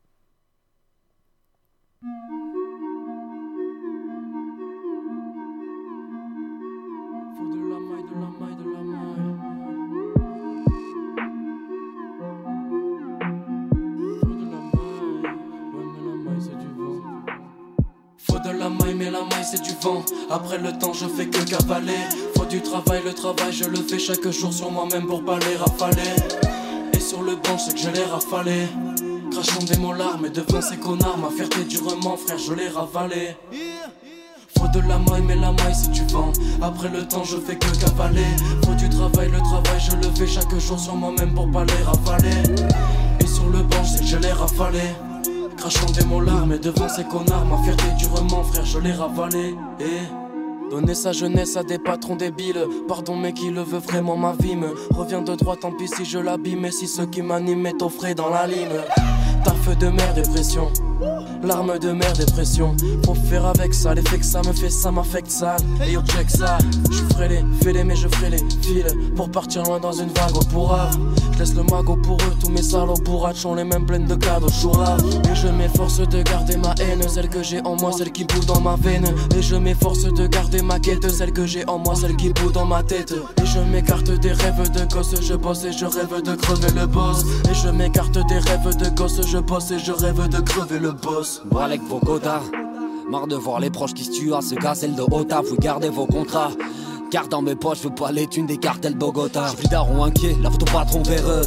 De la maille, mais la maille c'est du vent. Après le temps je fais que cavaler. Faut du travail, le travail je le fais chaque jour sur moi-même pour pas les rafaler. Et sur le banc je sais que je l'ai rafalé. Crachant des mots larmes et devant ces connards, ma fierté durement frère je l'ai ravalé. Faut de la maille, mais la maille c'est du vent. Après le temps je fais que cavaler. Faut du travail, le travail je le fais chaque jour sur moi-même pour pas les rafaler. Et sur le banc je sais que je l'ai rafalé. Crachant des mots larmes et devant ces connards, ma fierté durement frère je l'ai ravalé. Donner sa jeunesse à des patrons débiles. Pardon mais qui le veut vraiment, ma vie me revient de droit, tant pis si je l'abîme. Et si ce qui m'anime est au frais dans la lime. Taf de mer, dépression. Larmes de mer, dépression. Faut faire avec ça, l'effet que ça me fait, ça m'affecte ça. Et yo check ça, j'suis frêlé, fêlé mais je ferai les fils pour partir loin dans une vague au pourrave. J'laisse le magot pour eux, tous mes salauds bourraches ont les mêmes pleines de cadeaux choura. Et je m'efforce de garder ma haine, celle que j'ai en moi, celle qui bout dans ma veine. Et je m'efforce de garder ma quête, celle que j'ai en moi, celle qui bout dans ma tête. Et je m'écarte des rêves de gosse, je bosse et je rêve de crever le boss. Et je m'écarte des rêves de gosse, je bosse et je rêve de crever le boss. Avec vos quotas, marre de voir les proches qui se tuent à se casser le dos au taf. Vous gardez vos contrats, car dans mes poches je veux pas les thunes des cartels Bogota. J'ai plus darons inquiets, la photo patron vers eux.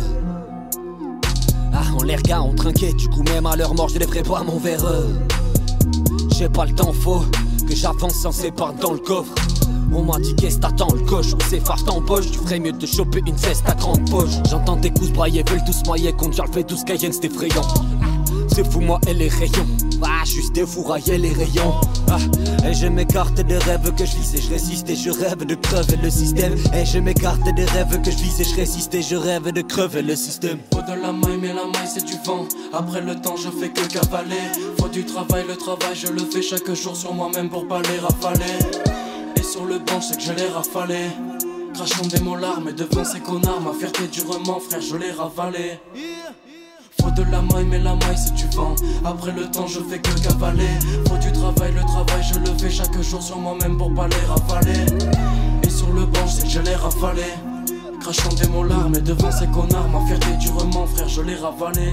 Ah, on les regarde, on trinquait, du coup même à leur mort je les ferai pas mon verre. J'ai pas le temps, faut que j'avance sans séparer dans le coffre. On m'a dit qu'est-ce t'attends le coche, on s'efface en poche. Tu ferais mieux de choper une veste à grande poche. J'entends tes coups brailler, veulent tous mailler. Conduire le fait tous Cayenne, c'est effrayant. C'est fou moi et les rayons. Ah, juste défourailler les rayons. Ah, et je m'écarte des rêves que je vis et je résiste et je rêve de crever le système. Et je m'écarte des rêves que je vis et je résiste et je rêve de crever le système. Faut de la maille mais la maille c'est du vent. Après le temps je fais que cavaler. Faut du travail, le travail je le fais chaque jour sur moi-même pour pas les rafaler. Et sur le banc je sais que je l'ai rafalé. Crachant des mots larmes et devant ces connards, ma fierté durement frère je l'ai ravalé. Faut de la maille mais la maille c'est du vent. Après le temps je fais que cavaler. Faut du travail, le travail je le fais chaque jour sur moi-même pour pas les rafaler. Et sur le banc je sais que je l'ai rafalé. Crachant des mots larmes et devant ces connards, ma fierté durement frère je l'ai ravalé.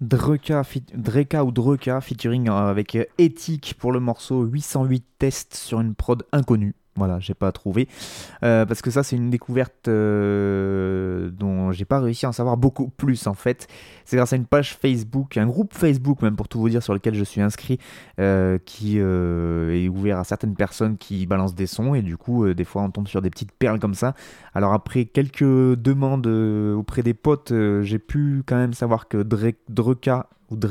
Dreka featuring avec Ethic pour le morceau 808 Test sur une prod inconnue. Voilà, j'ai pas trouvé. Parce que ça, c'est une découverte dont j'ai pas réussi à en savoir beaucoup plus en fait. C'est grâce à une page Facebook, un groupe Facebook même pour tout vous dire, sur lequel je suis inscrit, qui est ouvert à certaines personnes qui balancent des sons et du coup, des fois, on tombe sur des petites perles comme ça. Alors après quelques demandes auprès des potes, j'ai pu quand même savoir que Dreka,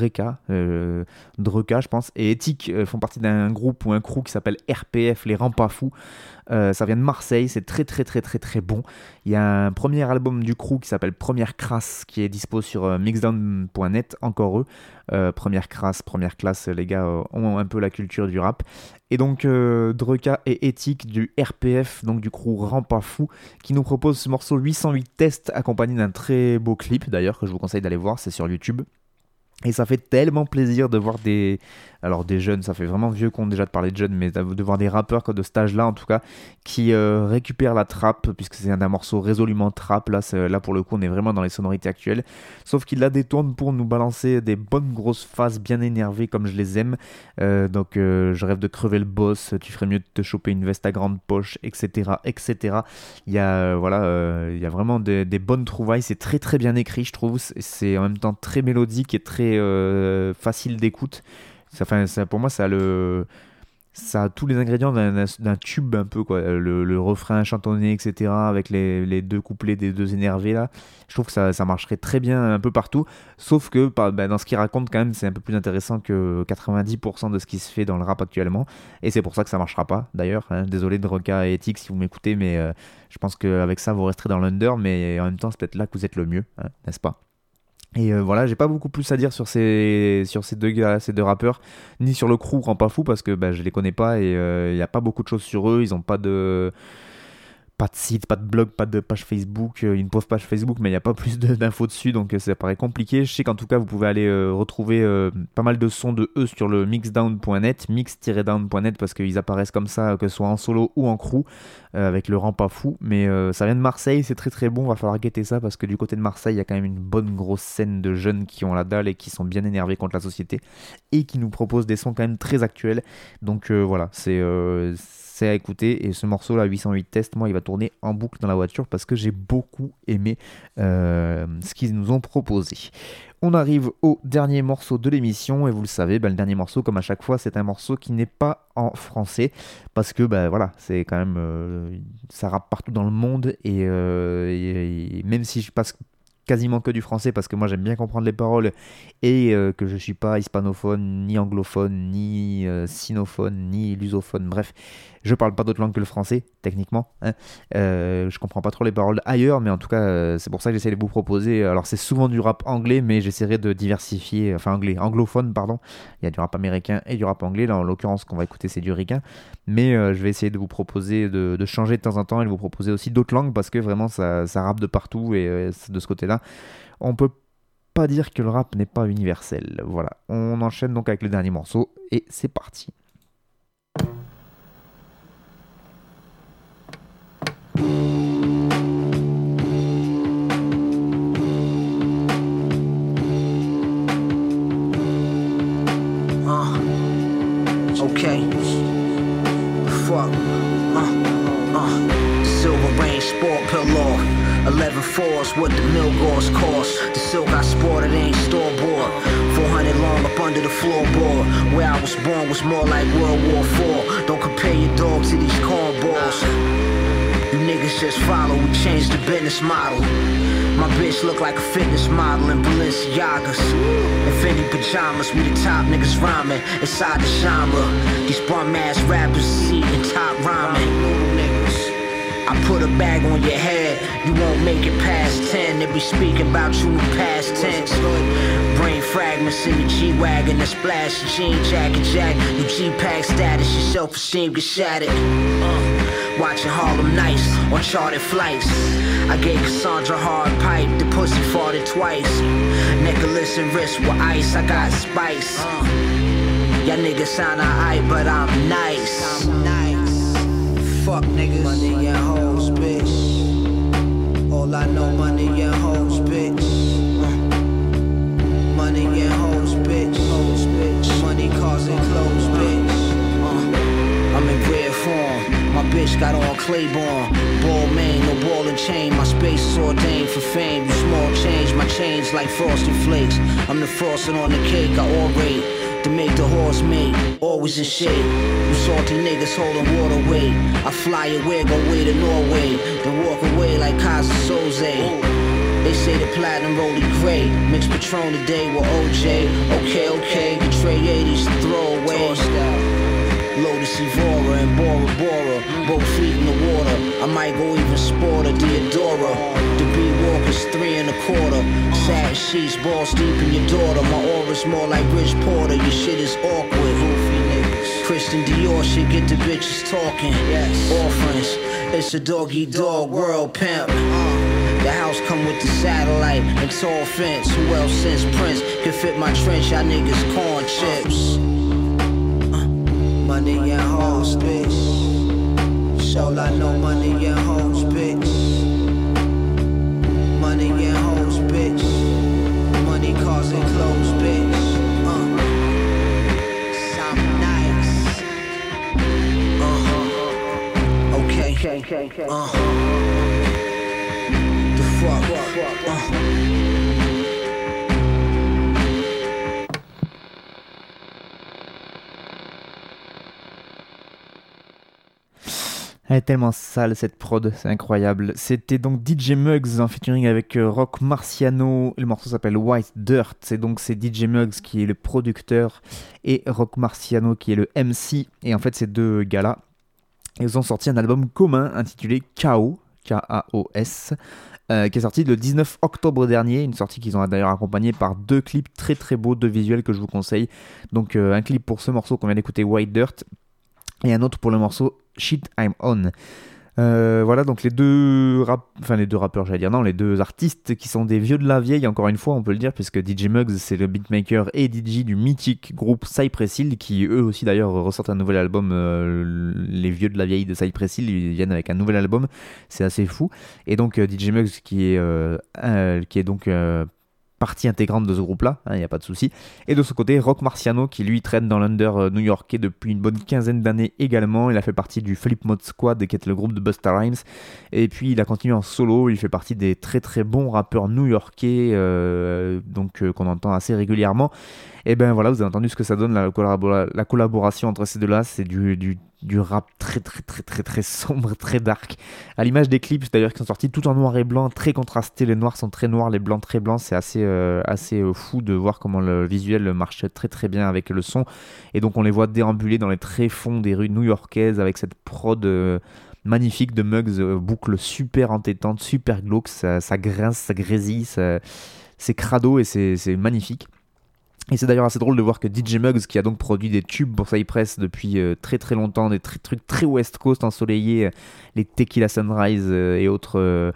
je pense, et Ethic font partie d'un groupe ou un crew qui s'appelle RPF, les Rangs Pas Fous. Ça vient de Marseille, c'est très très très très très bon. Il y a un premier album du crew qui s'appelle Première Crasse qui est dispo sur mixdown.net, encore eux. Première Crasse, Première Classe, les gars ont un peu la culture du rap. Et donc Dreka et Ethic du RPF, donc du crew Rangs Pas Fous, qui nous propose ce morceau 808 Test accompagné d'un très beau clip d'ailleurs que je vous conseille d'aller voir, c'est sur YouTube. Et ça fait tellement plaisir de voir des jeunes, ça fait vraiment vieux qu'on déjà de parler de jeunes, mais de voir des rappeurs de cet âge-là en tout cas, qui récupèrent la trappe, puisque c'est un morceau résolument trap, là pour le coup on est vraiment dans les sonorités actuelles, sauf qu'il la détourne pour nous balancer des bonnes grosses phases bien énervées comme je les aime, donc je rêve de crever le boss, tu ferais mieux de te choper une veste à grande poche, etc. Il y a vraiment des bonnes trouvailles, c'est très très bien écrit je trouve, c'est en même temps très mélodique et très facile d'écoute. Pour moi ça a tous les ingrédients d'un tube un peu quoi, le refrain chantonné etc, avec les deux couplets des deux énervés là, je trouve que ça marcherait très bien un peu partout, sauf que dans ce qu'il raconte quand même c'est un peu plus intéressant que 90% de ce qui se fait dans le rap actuellement, et c'est pour ça que ça marchera pas d'ailleurs, hein. Désolé Dreka et Ethic si vous m'écoutez, mais je pense qu'avec ça vous resterez dans l'under, mais en même temps c'est peut-être là que vous êtes le mieux, hein, n'est-ce pas? Et voilà, j'ai pas beaucoup plus à dire sur ces deux gars, ces deux rappeurs, ni sur le crew Rangs Pas Fous parce que je les connais pas et il y a pas beaucoup de choses sur eux, ils ont pas de site, pas de blog, pas de page Facebook, une pauvre page Facebook, mais il n'y a pas plus d'infos dessus, donc ça paraît compliqué. Je sais qu'en tout cas, vous pouvez aller retrouver pas mal de sons de eux sur le mix-down.net, mix-down.net, parce qu'ils apparaissent comme ça, que ce soit en solo ou en crew, avec le Rangs Pas Fous, mais ça vient de Marseille, c'est très très bon, va falloir guetter ça, parce que du côté de Marseille, il y a quand même une bonne grosse scène de jeunes qui ont la dalle et qui sont bien énervés contre la société, et qui nous proposent des sons quand même très actuels, donc voilà, c'est à écouter, et ce morceau là 808 Test, moi il va tourner en boucle dans la voiture parce que j'ai beaucoup aimé ce qu'ils nous ont proposé. On arrive au dernier morceau de l'émission, et vous le savez, le dernier morceau comme à chaque fois c'est un morceau qui n'est pas en français, parce que voilà, c'est quand même ça rappe partout dans le monde, et même si je passe quasiment que du français parce que moi j'aime bien comprendre les paroles et que je suis pas hispanophone, ni anglophone, ni sinophone, ni lusophone, bref, je parle pas d'autre langue que le français techniquement, hein. Je comprends pas trop les paroles ailleurs, mais en tout cas c'est pour ça que j'essaie de vous proposer, alors c'est souvent du rap anglais, mais j'essaierai de diversifier, anglophone pardon, il y a du rap américain et du rap anglais, là en l'occurrence qu'on va écouter c'est du ricain, mais je vais essayer de vous proposer de changer de temps en temps et de vous proposer aussi d'autres langues, parce que vraiment ça rappe de partout, et de ce côté là on peut pas dire que le rap n'est pas universel. Voilà, on enchaîne donc avec le dernier morceau et c'est parti. Okay. Fuck. Silver Rain Sport Pillow. 11 fours, what the mill gauze cost. The silk I sported ain't store-bought. 400 long up under the floorboard. Where I was born was more like World War IV. Don't compare your dog to these cornballs. You niggas just follow, we changed the business model. My bitch look like a fitness model in Balenciagas. Infinity pajamas, we the top niggas rhyming inside the genre. These bum ass rappers is eating top rhyming. I put a bag on your head, you won't make it past 10. They be speaking about you in past tense. Brain fragments in the G-Wagon, a splash, jean jacket jack. You G-Pack status, your self-esteem get shattered. Watching Harlem Nights on chartered flights. I gave Cassandra hard pipe, the pussy farted twice. Necklace and wrist with ice, I got spice. Y'all niggas sound alright, but I'm nice. Fuck niggas, money and hoes, bitch. All I know, money and hoes, bitch. Money and bitch got on Claiborne. Ball main, no ball and chain. My space is ordained for fame. You small change, my chains like frosted flakes. I'm the frosting on the cake, I orate to make the horse mate, always in shape. You salty niggas holding water weight. I fly away, go way to Norway, then walk away like Kaiser Soze. They say the platinum rollie great. Mix Patron today with OJ. Okay, the Trey 80s throw away. Lotus Evora and Bora Bora, both feet in the water. I might go even sport a Deodora. The B Walker's 3 1/4. Satin sheets, balls deep in your daughter. My aura's more like Rich Porter. Your shit is awkward. Christian Dior shit, get the bitches talking. Orphans, it's a doggy dog world pimp. The house come with the satellite and tall fence. Who else since Prince can fit my trench? Y'all niggas corn chips. Money and hoes, bitch. So I know money and hoes, bitch. Money and hoes, bitch. Money, cars and clothes, bitch. Some nice. Okay. The fuck. Elle est tellement sale cette prod, c'est incroyable. C'était donc DJ Muggs en featuring avec Rock Marciano. Le morceau s'appelle White Dirt. C'est DJ Muggs qui est le producteur et Rock Marciano qui est le MC. Et en fait, ces deux gars-là, ils ont sorti un album commun intitulé KO, K-A-O-S, qui est sorti le 19 octobre dernier. Une sortie qu'ils ont d'ailleurs accompagnée par 2 clips très très beaux, 2 visuels que je vous conseille. Donc un clip pour ce morceau qu'on vient d'écouter, White Dirt, et un autre pour le morceau Shit I'm On. Voilà, donc les deux rappeurs, les deux artistes qui sont des vieux de la vieille, encore une fois on peut le dire, puisque DJ Muggs c'est le beatmaker et DJ du mythique groupe Cypress Hill, qui eux aussi d'ailleurs ressortent un nouvel album. Les vieux de la vieille de Cypress Hill, ils viennent avec un nouvel album, c'est assez fou. Et donc DJ Muggs qui est donc partie intégrante de ce groupe-là, il n'y a pas de souci. Et de ce côté, Rock Marciano, qui lui traîne dans l'under new-yorkais depuis une bonne quinzaine d'années également. Il a fait partie du Flip Mode Squad, qui est le groupe de Busta Rhymes. Et puis il a continué en solo, il fait partie des très très bons rappeurs new-yorkais, qu'on entend assez régulièrement. Et ben voilà, vous avez entendu ce que ça donne, la collaboration entre ces deux-là, c'est du rap très très très très très sombre, très dark. À l'image des clips d'ailleurs qui sont sortis tout en noir et blanc, très contrastés, les noirs sont très noirs, les blancs très blancs, c'est assez fou de voir comment le visuel marche très très bien avec le son. Et donc on les voit déambuler dans les tréfonds des rues new-yorkaises avec cette prod magnifique de Muggs, boucle super entêtante, super glauque, ça grince, ça grésille, c'est crado et c'est magnifique. Et c'est d'ailleurs assez drôle de voir que DJ Muggs, qui a donc produit des tubes pour Cypress depuis très très longtemps, des trucs très West Coast ensoleillés, les Tequila Sunrise et autres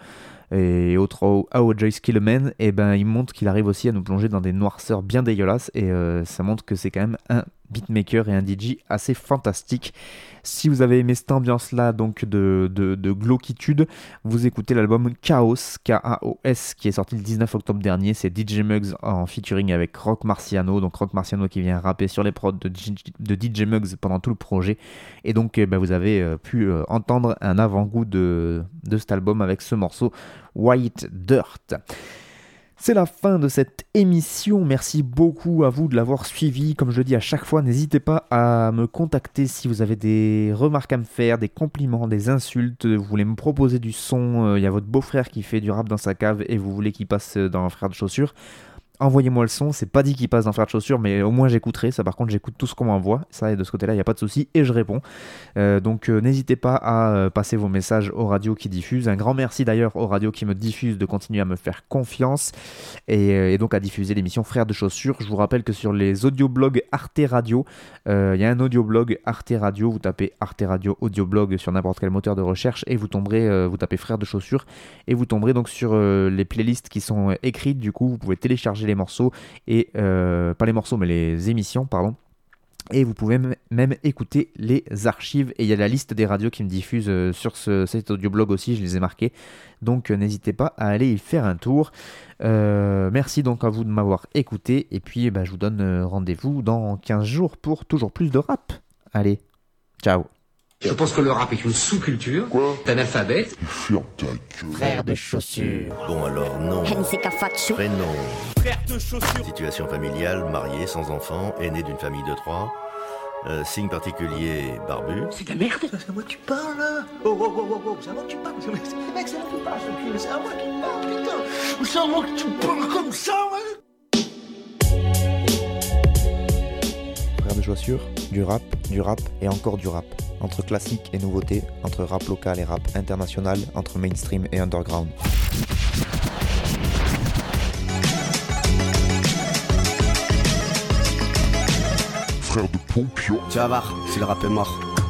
How Joyce Kill a Man, et ben il montre qu'il arrive aussi à nous plonger dans des noirceurs bien dégueulasses, et ça montre que c'est quand même un beatmaker et un DJ assez fantastique. Si vous avez aimé cette ambiance-là, donc de glauquitude, vous écoutez l'album Chaos, K-A-O-S, qui est sorti le 19 octobre dernier. C'est DJ Muggs en featuring avec Rock Marciano. Donc Rock Marciano qui vient rapper sur les prods de DJ Muggs pendant tout le projet. Et donc vous avez pu entendre un avant-goût de cet album avec ce morceau White Dirt. C'est la fin de cette émission, merci beaucoup à vous de l'avoir suivi. Comme je le dis à chaque fois, n'hésitez pas à me contacter si vous avez des remarques à me faire, des compliments, des insultes, vous voulez me proposer du son, il y a votre beau-frère qui fait du rap dans sa cave et vous voulez qu'il passe dans Frères de Chaussures. Envoyez-moi le son, c'est pas dit qu'il passe dans Frères de Chaussures, mais au moins j'écouterai, ça par contre j'écoute tout ce qu'on m'envoie, ça et de ce côté-là il n'y a pas de souci et je réponds. Donc n'hésitez pas à passer vos messages aux radios qui diffusent. Un grand merci d'ailleurs aux radios qui me diffusent de continuer à me faire confiance et donc à diffuser l'émission Frères de Chaussures. Je vous rappelle que sur les audioblogs Arte Radio, il y a un audioblog Arte Radio, vous tapez Arte Radio audioblog sur n'importe quel moteur de recherche et vous tomberez, vous tapez Frères de Chaussures et vous tomberez donc sur les playlists qui sont écrites. Du coup vous pouvez télécharger les morceaux et pas les morceaux mais les émissions pardon, et vous pouvez même écouter les archives et il y a la liste des radios qui me diffusent sur cet audioblog aussi, je les ai marqués, donc n'hésitez pas à aller y faire un tour. Merci donc à vous de m'avoir écouté et puis je vous donne rendez-vous dans 15 jours pour toujours plus de rap. Allez, ciao. Je pense que le rap est une sous-culture. Quoi? T'es analphabète. Ferme ta gueule. Frère de chaussures. Bon alors non. Prénom. Frère de chaussures. Situation familiale, marié, sans enfant, aîné d'une famille de 3. Signe particulier, barbu. C'est de la merde. C'est à moi que tu parles là. Oh, c'est à moi que tu parles. Mec, c'est à moi que tu parles, c'est à moi que tu parles, putain. C'est à moi que tu parles comme ça, ouais. Frère de chaussures, du rap et encore du rap. Entre classique et nouveauté, entre rap local et rap international, entre mainstream et underground. Frère de Pompion. Tu vas voir, si le rap est mort.